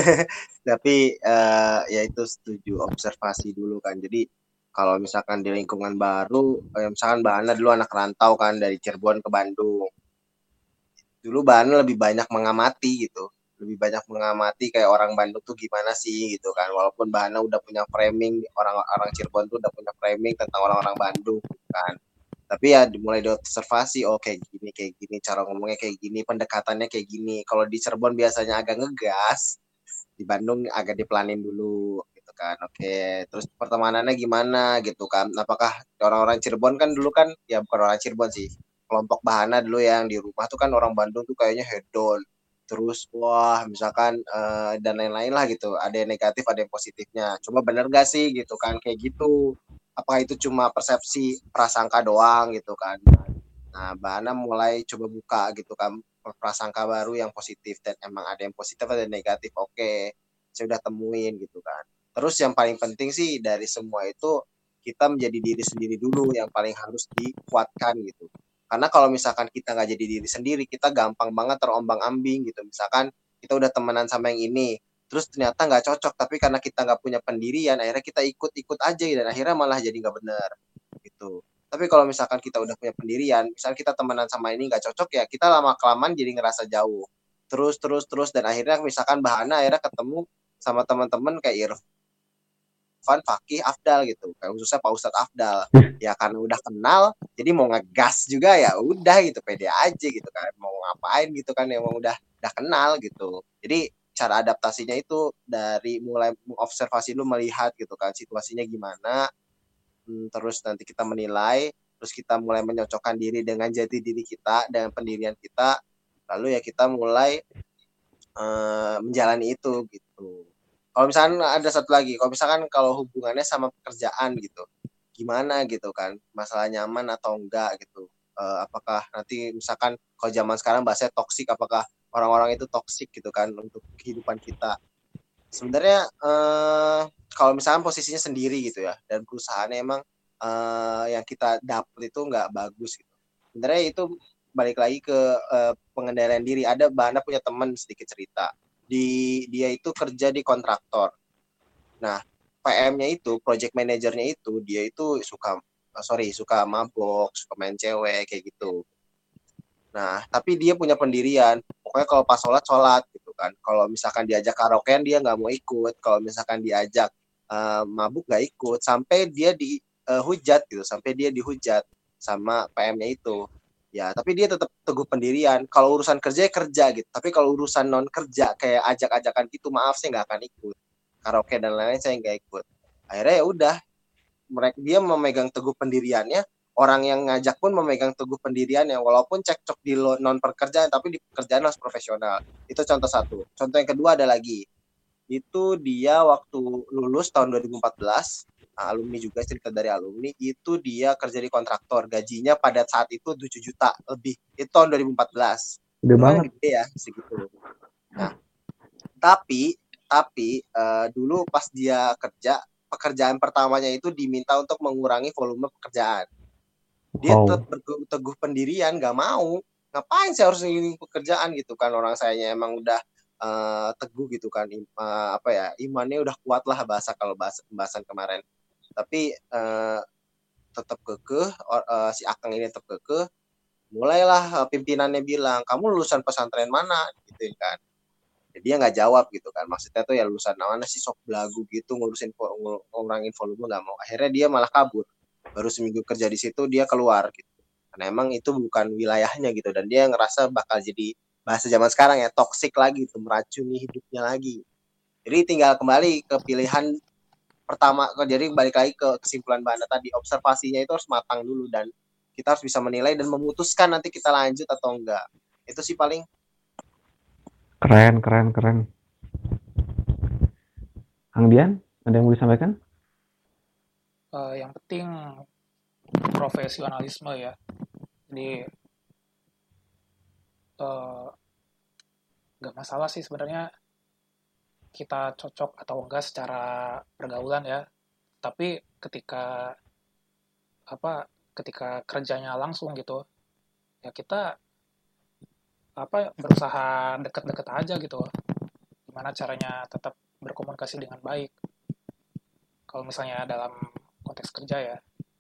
Tapi ya itu setuju, observasi dulu kan. Jadi kalau misalkan di lingkungan baru, misalkan Bahana dulu anak rantau kan dari Cirebon ke Bandung. Dulu Bahana lebih banyak mengamati gitu. Lebih banyak mengamati kayak orang Bandung tuh gimana sih gitu kan. Walaupun Bahana udah punya framing, orang-orang Cirebon tuh udah punya framing tentang orang-orang Bandung kan. Tapi ya dimulai dari observasi, oh kayak gini, cara ngomongnya kayak gini, pendekatannya kayak gini. Kalau di Cirebon biasanya agak ngegas, di Bandung agak dipelanin dulu gitu kan. Oke, terus pertemanannya gimana gitu kan. Apakah orang-orang Cirebon kan dulu kan, ya bukan orang Cirebon sih, kelompok Bahana dulu yang di rumah tuh kan orang Bandung tuh kayaknya hedon. Terus wah misalkan dan lain-lain lah gitu. Ada yang negatif, ada yang positifnya. Coba bener gak sih gitu kan kayak gitu. Apakah itu cuma persepsi prasangka doang gitu kan. Nah, Bahana mulai coba buka gitu kan prasangka baru yang positif dan emang ada yang positif ada yang negatif. Oke, saya udah temuin gitu kan. Terus yang paling penting sih dari semua itu kita menjadi diri sendiri dulu yang paling harus dikuatkan gitu. Karena kalau misalkan kita nggak jadi diri sendiri, kita gampang banget terombang-ambing gitu. Misalkan kita udah temenan sama yang ini, terus ternyata nggak cocok, tapi karena kita nggak punya pendirian, akhirnya kita ikut-ikut aja dan akhirnya malah jadi nggak benar gitu. Tapi kalau misalkan kita udah punya pendirian, misalnya kita temenan sama ini nggak cocok ya, kita lama kelamaan jadi ngerasa jauh. Terus dan akhirnya misalkan Bahana akhirnya ketemu sama teman-teman kayak Irfan, Fakih, Afdal gitu. Kayak khususnya Pak Ustadz Afdal. Ya karena udah kenal, jadi mau ngegas juga ya udah gitu, pede aja gitu kan. Mau ngapain gitu kan, emang udah kenal gitu. Jadi cara adaptasinya itu dari mulai mengobservasi dulu, melihat gitu kan situasinya gimana, terus nanti kita menilai, terus kita mulai menyocokkan diri dengan jati diri kita, dengan pendirian kita, lalu ya kita mulai menjalani itu gitu. Kalau misalkan ada satu lagi, kalau misalkan kalau hubungannya sama pekerjaan gitu, gimana gitu kan, masalah nyaman atau enggak gitu. Apakah nanti misalkan kalau zaman sekarang bahasanya toksik, apakah orang-orang itu toksik gitu kan untuk kehidupan kita. Sebenarnya kalau misalkan posisinya sendiri gitu ya, dan perusahaannya emang yang kita dapet itu nggak bagus gitu. Sebenarnya itu balik lagi ke pengendalian diri. Ada Bahana punya teman sedikit cerita. Dia itu kerja di kontraktor. Nah, PM-nya itu, project manajernya itu, dia itu suka mabok, suka main cewek kayak gitu. Nah, tapi dia punya pendirian. Pokoknya kalau pas sholat gitu kan. Kalau misalkan diajak karaokean dia nggak mau ikut. Kalau misalkan diajak mabuk nggak ikut. Sampai dia dihujat gitu. Sampai dia dihujat sama PM-nya itu. Ya, tapi dia tetap teguh pendirian. Kalau urusan kerja ya kerja gitu. Tapi kalau urusan non kerja kayak ajak-ajakan gitu, maaf saya nggak akan ikut. Karaoke dan lain-lain saya nggak ikut. Akhirnya ya udah, dia memegang teguh pendiriannya. Orang yang ngajak pun memegang teguh pendiriannya, walaupun cekcok di non pekerjaan, tapi di pekerjaan harus profesional. Itu contoh satu. Contoh yang kedua ada lagi. Itu dia waktu lulus tahun 2014, alumni juga, cerita dari alumni, itu dia kerja di kontraktor. Gajinya pada saat itu 7 juta lebih. Itu tahun 2014. Gede banget. Gede ya, segitu. Nah, tapi dulu pas dia kerja, pekerjaan pertamanya itu diminta untuk mengurangi volume pekerjaan. Dia tetap teguh pendirian, gak mau. Ngapain saya harus ngikutin pekerjaan gitu kan, orang sayanya emang udah teguh gitu kan, imannya udah kuat lah, kalau pembahasan kemarin. Tapi tetap kekeh, si Akang ini tetap kekeh. Mulailah pimpinannya bilang, kamu lulusan pesantren mana gitu kan. Jadi dia nggak jawab gitu kan, maksudnya tuh ya lulusan mana sih, sok belagu gitu, ngurangin volume nggak mau. Akhirnya dia malah kabur. Baru seminggu kerja di situ dia keluar gitu. karena emang itu bukan wilayahnya gitu, dan dia ngerasa bakal jadi bahasa zaman sekarang ya toksik lagi, itu meracuni hidupnya lagi. Jadi tinggal kembali ke pilihan pertama, jadi balik lagi ke kesimpulan Banda tadi, observasinya itu harus matang dulu dan kita harus bisa menilai dan memutuskan nanti kita lanjut atau enggak. Itu sih paling. Keren. Kang Dian, ada yang mau disampaikan? Yang penting profesionalisme ya. Jadi nggak masalah sih sebenarnya kita cocok atau enggak secara pergaulan ya. Tapi ketika kerjanya langsung gitu, ya kita berusaha deket-deket aja gitu. Gimana caranya tetap berkomunikasi dengan baik. Kalau misalnya dalam konteks kerja ya.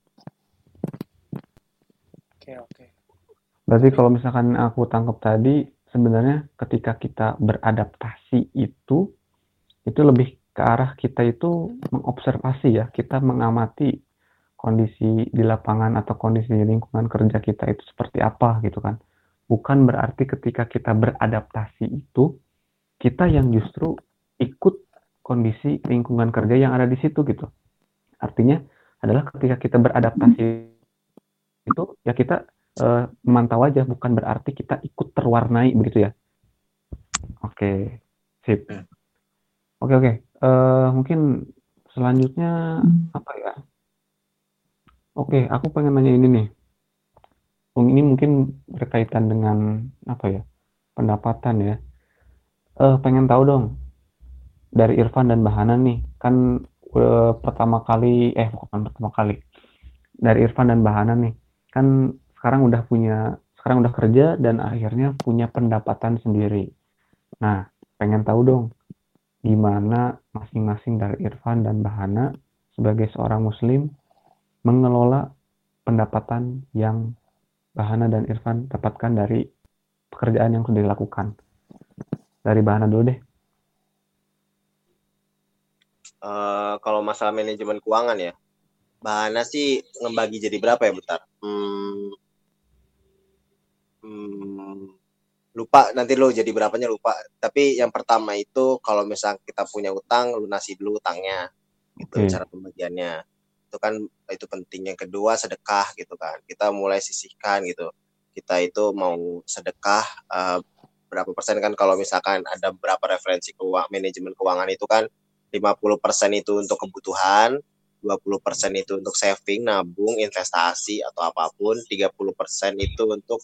Oke. Berarti kalau misalkan aku tangkap tadi, sebenarnya ketika kita beradaptasi itu lebih ke arah kita itu mengobservasi ya, kita mengamati kondisi di lapangan atau kondisi di lingkungan kerja kita itu seperti apa gitu kan. Bukan berarti ketika kita beradaptasi itu, kita yang justru ikut kondisi lingkungan kerja yang ada di situ gitu. Artinya adalah ketika kita beradaptasi itu, ya kita memantau aja, bukan berarti kita ikut terwarnai begitu ya. Oke, sip. Oke. Mungkin selanjutnya apa ya? Oke, aku pengen nanya ini nih. Ini mungkin berkaitan dengan apa ya? Pendapatan ya. Pengen tahu dong dari Irfan dan Bahana nih, kan bukan pertama kali. Dari Irfan dan Bahana nih, kan sekarang udah kerja dan akhirnya punya pendapatan sendiri. Nah, pengen tahu dong gimana masing-masing dari Irfan dan Bahana sebagai seorang muslim mengelola pendapatan yang Bahana dan Irfan dapatkan dari pekerjaan yang sudah dilakukan. Dari Bahana dulu deh. Kalau masalah manajemen keuangan ya, Bahana sih ngebagi jadi berapa ya, bentar. Lupa, nanti lo jadi berapanya lupa. Tapi yang pertama itu kalau misalnya kita punya utang, lunasi dulu utangnya. Itu cara pembagiannya. Itu kan itu penting. Yang kedua sedekah gitu kan. Kita mulai sisihkan gitu. Kita itu mau sedekah berapa persen kan, kalau misalkan ada berapa referensi manajemen keuangan itu kan 50% itu untuk kebutuhan, 20% itu untuk saving, nabung, investasi atau apapun, 30% itu untuk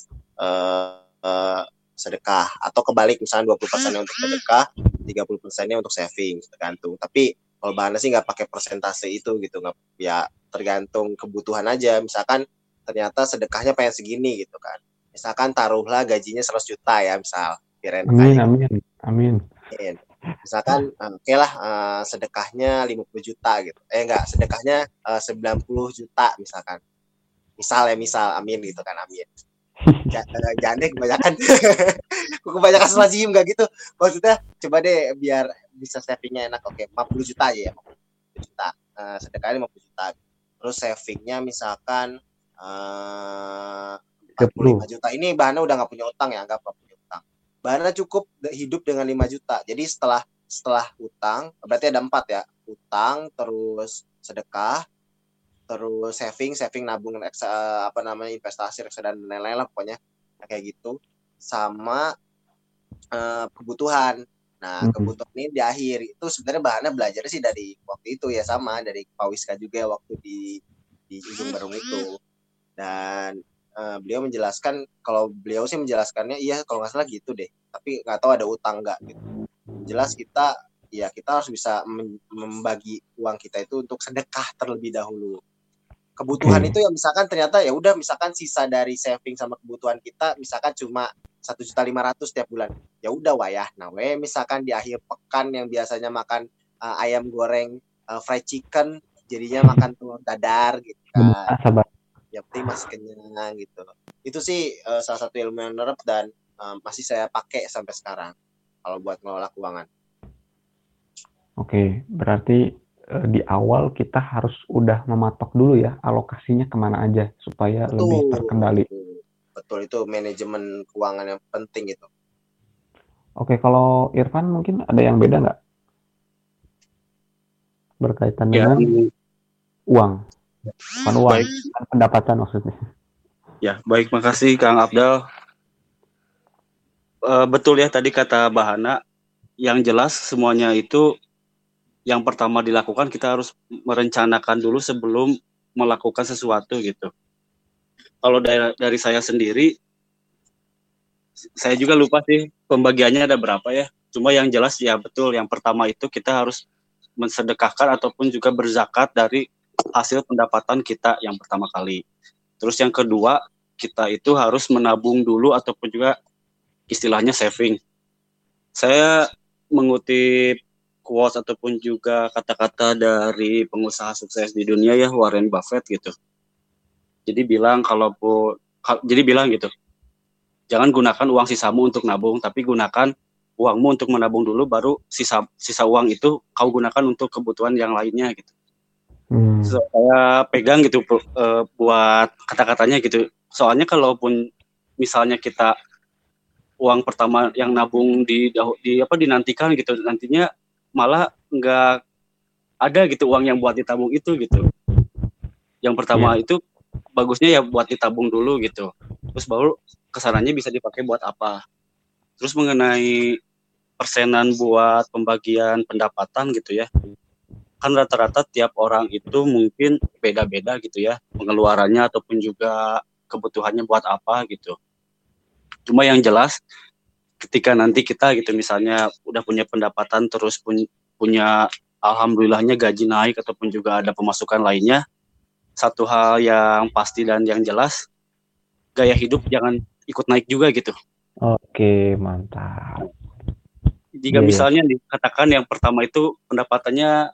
sedekah, atau kebalik misalnya 20% untuk sedekah, 30% untuk saving, tergantung. Tapi kalau Bahana sih nggak pakai persentase itu gitu, nggak, ya tergantung kebutuhan aja. Misalkan ternyata sedekahnya pengen segini gitu kan, misalkan taruhlah gajinya 100 juta ya, misal Amin. Misalkan oke lah, sedekahnya 50 juta gitu, sedekahnya 90 juta misalkan, misal amin gitu kan, amin. Jangan deh kebanyakan selazim nggak gitu, maksudnya coba deh biar bisa savingnya enak. Oke, 50 juta aja ya, 50 juta, sedekahnya 50 juta, terus savingnya misalkan 45 juta. Ini Bahana udah nggak punya utang ya, nggak punya utang. Bahana cukup hidup dengan 5 juta. Jadi setelah utang berarti ada 4 ya, utang, terus sedekah, terus saving, nabung, investasi, reksadana dan lain-lain lah pokoknya kayak gitu, sama kebutuhan. Nah, kebutuhan ini di akhir itu sebenarnya Bahana belajar sih dari waktu itu ya, sama dari Pak Wiska juga waktu di Ujung Barung itu. Dan beliau menjelaskan, kalau beliau sih menjelaskannya iya kalau nggak salah gitu deh, tapi nggak tahu ada utang nggak gitu. Jelas kita harus bisa membagi uang kita itu untuk sedekah terlebih dahulu. Kebutuhan itu ya misalkan ternyata ya udah, misalkan sisa dari saving sama kebutuhan kita misalkan cuma 1.500.000 tiap bulan, ya udah wayah misalkan di akhir pekan yang biasanya makan ayam goreng fried chicken jadinya makan telur dadar gitu kan. Yang penting masih kenyang gitu. Itu sih salah satu ilmu yang nerap dan masih saya pakai sampai sekarang kalau buat ngelola keuangan. Oke, berarti di awal kita harus udah mematok dulu ya alokasinya kemana aja supaya lebih terkendali. betul itu manajemen keuangan yang penting gitu. Oke, kalau Irfan mungkin ada yang beda nggak berkaitan Ya, dengan uang? Bukan uang, baik. bukan pendapatan maksudnya. Ya, baik, makasih Kang Abdal. Betul ya tadi kata Bahana, yang jelas semuanya itu yang pertama dilakukan kita harus merencanakan dulu sebelum melakukan sesuatu gitu. Kalau dari saya sendiri, saya juga lupa sih pembagiannya ada berapa ya. Cuma yang jelas ya betul, yang pertama itu kita harus mensedekahkan ataupun juga berzakat dari hasil pendapatan kita yang pertama kali. Terus yang kedua, kita itu harus menabung dulu ataupun juga istilahnya saving. Saya mengutip quotes ataupun juga kata-kata dari pengusaha sukses di dunia ya, Warren Buffett gitu. Jadi bilang gitu, jangan gunakan uang sisamu untuk nabung, tapi gunakan uangmu untuk menabung dulu, baru sisa uang itu kau gunakan untuk kebutuhan yang lainnya gitu. Saya pegang gitu buat kata-katanya gitu. Soalnya kalaupun misalnya kita uang pertama yang nabung dinantikan gitu, nantinya malah nggak ada gitu uang yang buat ditabung itu gitu. Yang pertama itu bagusnya ya buat ditabung dulu gitu. Terus baru kesananya bisa dipakai buat apa. Terus mengenai persenan buat pembagian pendapatan gitu ya. Kan rata-rata tiap orang itu mungkin beda-beda gitu ya, pengeluarannya ataupun juga kebutuhannya buat apa gitu. Cuma yang jelas ketika nanti kita gitu misalnya udah punya pendapatan terus punya alhamdulillahnya gaji naik ataupun juga ada pemasukan lainnya, satu hal yang pasti dan yang jelas, gaya hidup jangan ikut naik juga gitu. Oke, mantap. Jika misalnya dikatakan yang pertama itu pendapatannya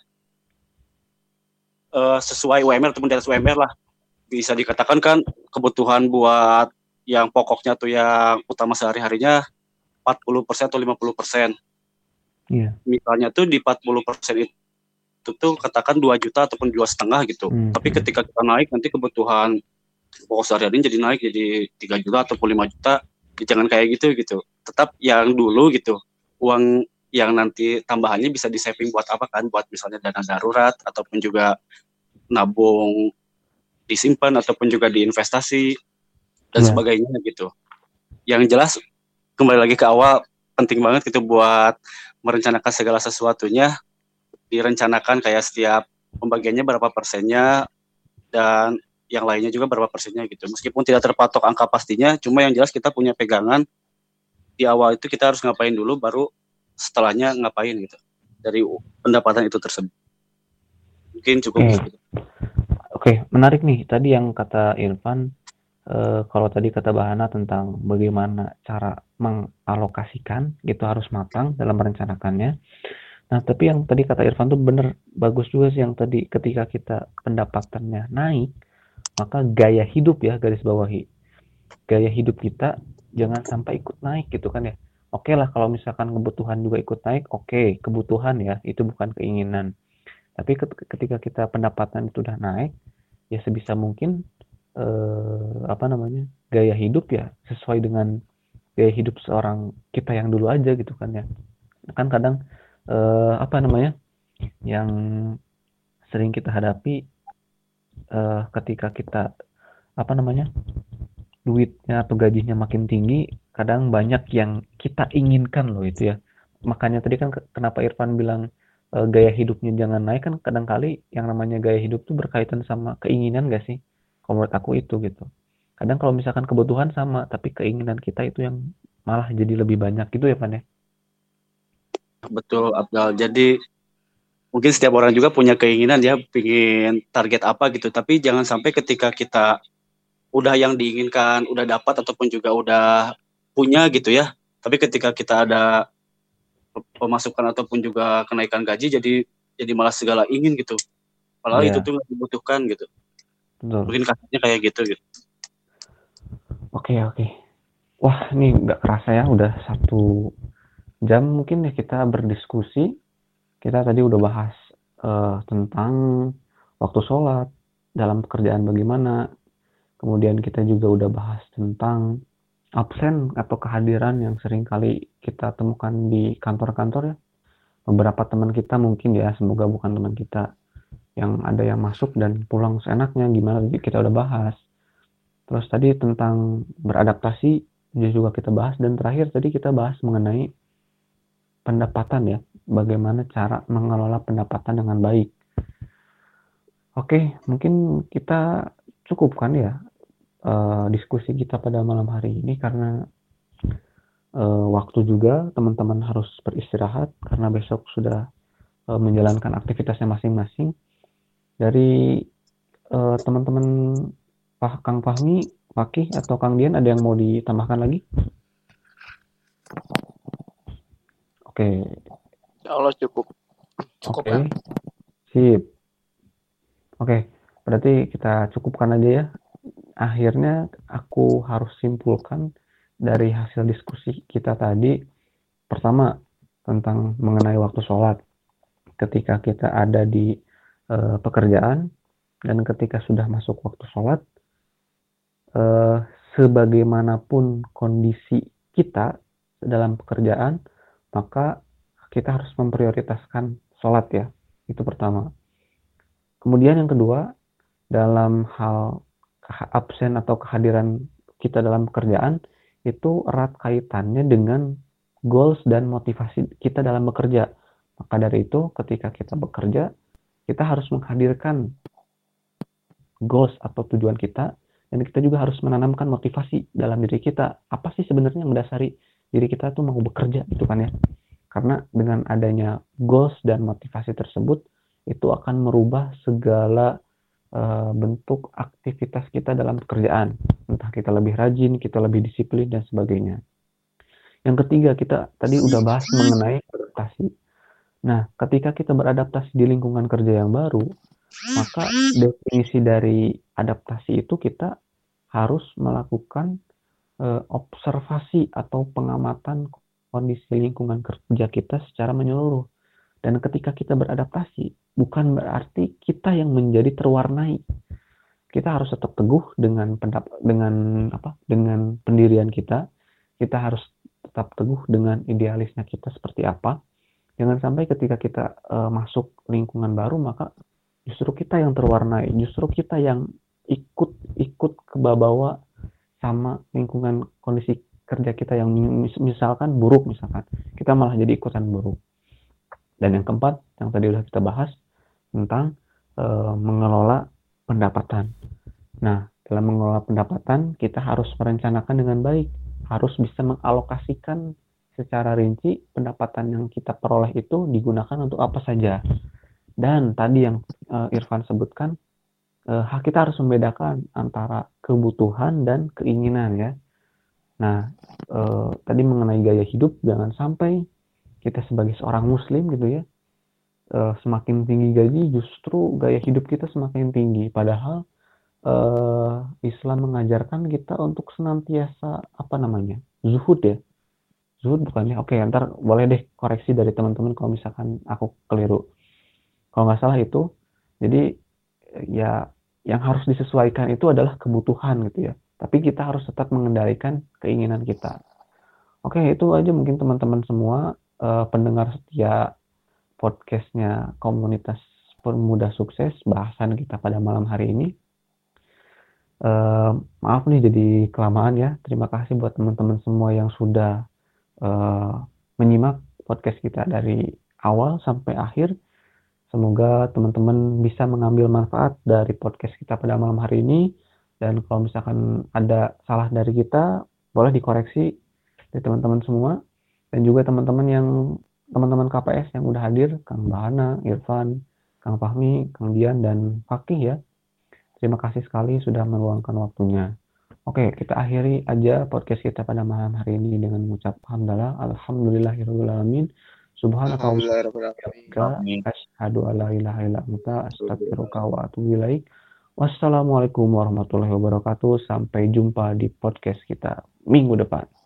sesuai UMR ataupun di atas UMR lah, bisa dikatakan kan kebutuhan buat yang pokoknya tuh yang utama sehari-harinya 40% atau 50%. Iya. Misalnya tuh di 40% itu tuh katakan 2 juta ataupun 2,5 gitu. Tapi ketika kita naik nanti kebutuhan pokok sehari-hari jadi naik jadi 3 juta ataupun 5 juta. Jangan kayak gitu. Tetap yang dulu gitu. Uang yang nanti tambahannya bisa di-saving buat apa kan? Buat misalnya dana darurat ataupun juga nabung disimpan ataupun juga diinvestasi dan sebagainya gitu. Yang jelas kembali lagi ke awal, penting banget gitu buat merencanakan segala sesuatunya, direncanakan kayak setiap pembagiannya berapa persennya dan yang lainnya juga berapa persennya gitu. Meskipun tidak terpatok angka pastinya, cuma yang jelas kita punya pegangan di awal itu kita harus ngapain dulu, baru setelahnya ngapain gitu dari pendapatan itu tersebut. Mungkin cukup gitu. Oke, menarik nih tadi yang kata Irfan. Kalau tadi kata Bahana tentang bagaimana cara mengalokasikan, gitu harus matang dalam merencanakannya. Nah, tapi yang tadi kata Irfan tuh bener, bagus juga sih yang tadi, ketika kita pendapatannya naik, maka gaya hidup ya, garis bawahi. Gaya hidup kita jangan sampai ikut naik gitu kan ya. Oke lah kalau misalkan kebutuhan juga ikut naik, oke, kebutuhan ya, itu bukan keinginan. Tapi ketika kita pendapatan itu udah naik, ya sebisa mungkin gaya hidup ya sesuai dengan gaya hidup seorang kita yang dulu aja gitu kan ya. Kan kadang yang sering kita hadapi ketika kita duitnya atau gajinya makin tinggi, kadang banyak yang kita inginkan loh itu ya. Makanya tadi kan kenapa Irfan bilang gaya hidupnya jangan naik, kan kadang kali yang namanya gaya hidup tuh berkaitan sama keinginan gak sih? Kalau menurut aku itu gitu. Kadang kalau misalkan kebutuhan sama, tapi keinginan kita itu yang malah jadi lebih banyak gitu ya Pan ya? Betul Abdal. Jadi mungkin setiap orang juga punya keinginan ya, pingin target apa gitu. Tapi jangan sampai ketika kita udah yang diinginkan, udah dapat ataupun juga udah punya gitu ya. Tapi ketika kita ada pemasukan ataupun juga kenaikan gaji, jadi malah segala ingin gitu. Padahal itu tuh nggak dibutuhkan gitu. Betul. Mungkin kasarnya kayak gitu. Oke. Wah, ini nggak kerasa ya, udah 1 jam mungkin ya kita berdiskusi. Kita tadi udah bahas tentang waktu sholat, dalam pekerjaan bagaimana, Kemudian kita juga udah bahas tentang absen atau kehadiran yang sering kali kita temukan di kantor-kantor ya. Beberapa teman kita mungkin ya, semoga bukan teman kita, yang ada yang masuk dan pulang seenaknya gimana, kita udah bahas. Terus tadi tentang beradaptasi juga kita bahas, dan terakhir tadi kita bahas mengenai pendapatan ya, bagaimana cara mengelola pendapatan dengan baik. Oke, mungkin kita cukupkan ya diskusi kita pada malam hari ini, karena waktu juga teman-teman harus beristirahat karena besok sudah menjalankan aktivitasnya masing-masing. Dari teman-teman Kang Fahmi, Fakih, atau Kang Dian, ada yang mau ditambahkan lagi? Oke. Allah cukup. Cukup Oke. kan? Sip. Oke, berarti kita cukupkan aja ya. Akhirnya aku harus simpulkan dari hasil diskusi kita tadi. Pertama, tentang mengenai waktu sholat. Ketika kita ada di pekerjaan dan ketika sudah masuk waktu sholat, sebagaimanapun kondisi kita dalam pekerjaan, maka kita harus memprioritaskan sholat ya. Itu pertama. Kemudian yang kedua, dalam hal absen atau kehadiran kita dalam pekerjaan, itu erat kaitannya dengan goals dan motivasi kita dalam bekerja. Maka dari itu, ketika kita bekerja, kita harus menghadirkan goals atau tujuan kita, dan kita juga harus menanamkan motivasi dalam diri kita. Apa sih sebenarnya yang mendasari diri kita tuh mau bekerja, gitu kan ya? Karena dengan adanya goals dan motivasi tersebut, itu akan merubah segala bentuk aktivitas kita dalam pekerjaan. Entah kita lebih rajin, kita lebih disiplin, dan sebagainya. Yang ketiga, kita tadi udah bahas mengenai adaptasi. Nah, ketika kita beradaptasi di lingkungan kerja yang baru, maka definisi dari adaptasi itu kita harus melakukan observasi atau pengamatan kondisi lingkungan kerja kita secara menyeluruh. Dan ketika kita beradaptasi, bukan berarti kita yang menjadi terwarnai. Kita harus tetap teguh dengan pendirian kita. Kita harus tetap teguh dengan idealisnya kita seperti apa. Jangan sampai ketika kita masuk lingkungan baru, maka justru kita yang terwarnai, justru kita yang ikut kebawa sama lingkungan kondisi kerja kita yang misalkan buruk, kita malah jadi ikutan buruk. Dan yang keempat, yang tadi udah kita bahas tentang mengelola pendapatan. Nah, dalam mengelola pendapatan, kita harus merencanakan dengan baik, harus bisa mengalokasikan secara rinci pendapatan yang kita peroleh itu digunakan untuk apa saja. Dan tadi yang Irfan sebutkan, kita harus membedakan antara kebutuhan dan keinginan ya. Nah, tadi mengenai gaya hidup, jangan sampai kita sebagai seorang muslim gitu ya, semakin tinggi gaji justru gaya hidup kita semakin tinggi, padahal Islam mengajarkan kita untuk senantiasa zuhud ya. Zuhud bukannya, oke, ntar boleh deh koreksi dari teman-teman kalau misalkan aku keliru. Kalau nggak salah itu, jadi ya yang harus disesuaikan itu adalah kebutuhan gitu ya, tapi kita harus tetap mengendalikan keinginan kita. Oke, itu aja mungkin teman-teman semua pendengar setia podcastnya Komunitas Pemuda Sukses, bahasan kita pada malam hari ini. Maaf nih jadi kelamaan ya. Terima kasih buat teman-teman semua yang sudah menyimak podcast kita dari awal sampai akhir. Semoga teman-teman bisa mengambil manfaat dari podcast kita pada malam hari ini. Dan kalau misalkan ada salah dari kita, boleh dikoreksi dari teman-teman semua. Dan juga teman-teman KPS yang udah hadir, Kang Bahana, Irfan, Kang Fahmi, Kang Dian, dan Fakih ya. Terima kasih sekali sudah meluangkan waktunya. Oke, kita akhiri aja podcast kita pada malam hari ini dengan mengucap hamdalah, alhamdulillahirrahmanirrahim, subhanakallahumma wa bihamdika, asyhadu an la ilaha illa anta, astaghfiruka wa atubu ilaik. Wassalamualaikum warahmatullahi wabarakatuh. Sampai jumpa di podcast kita minggu depan.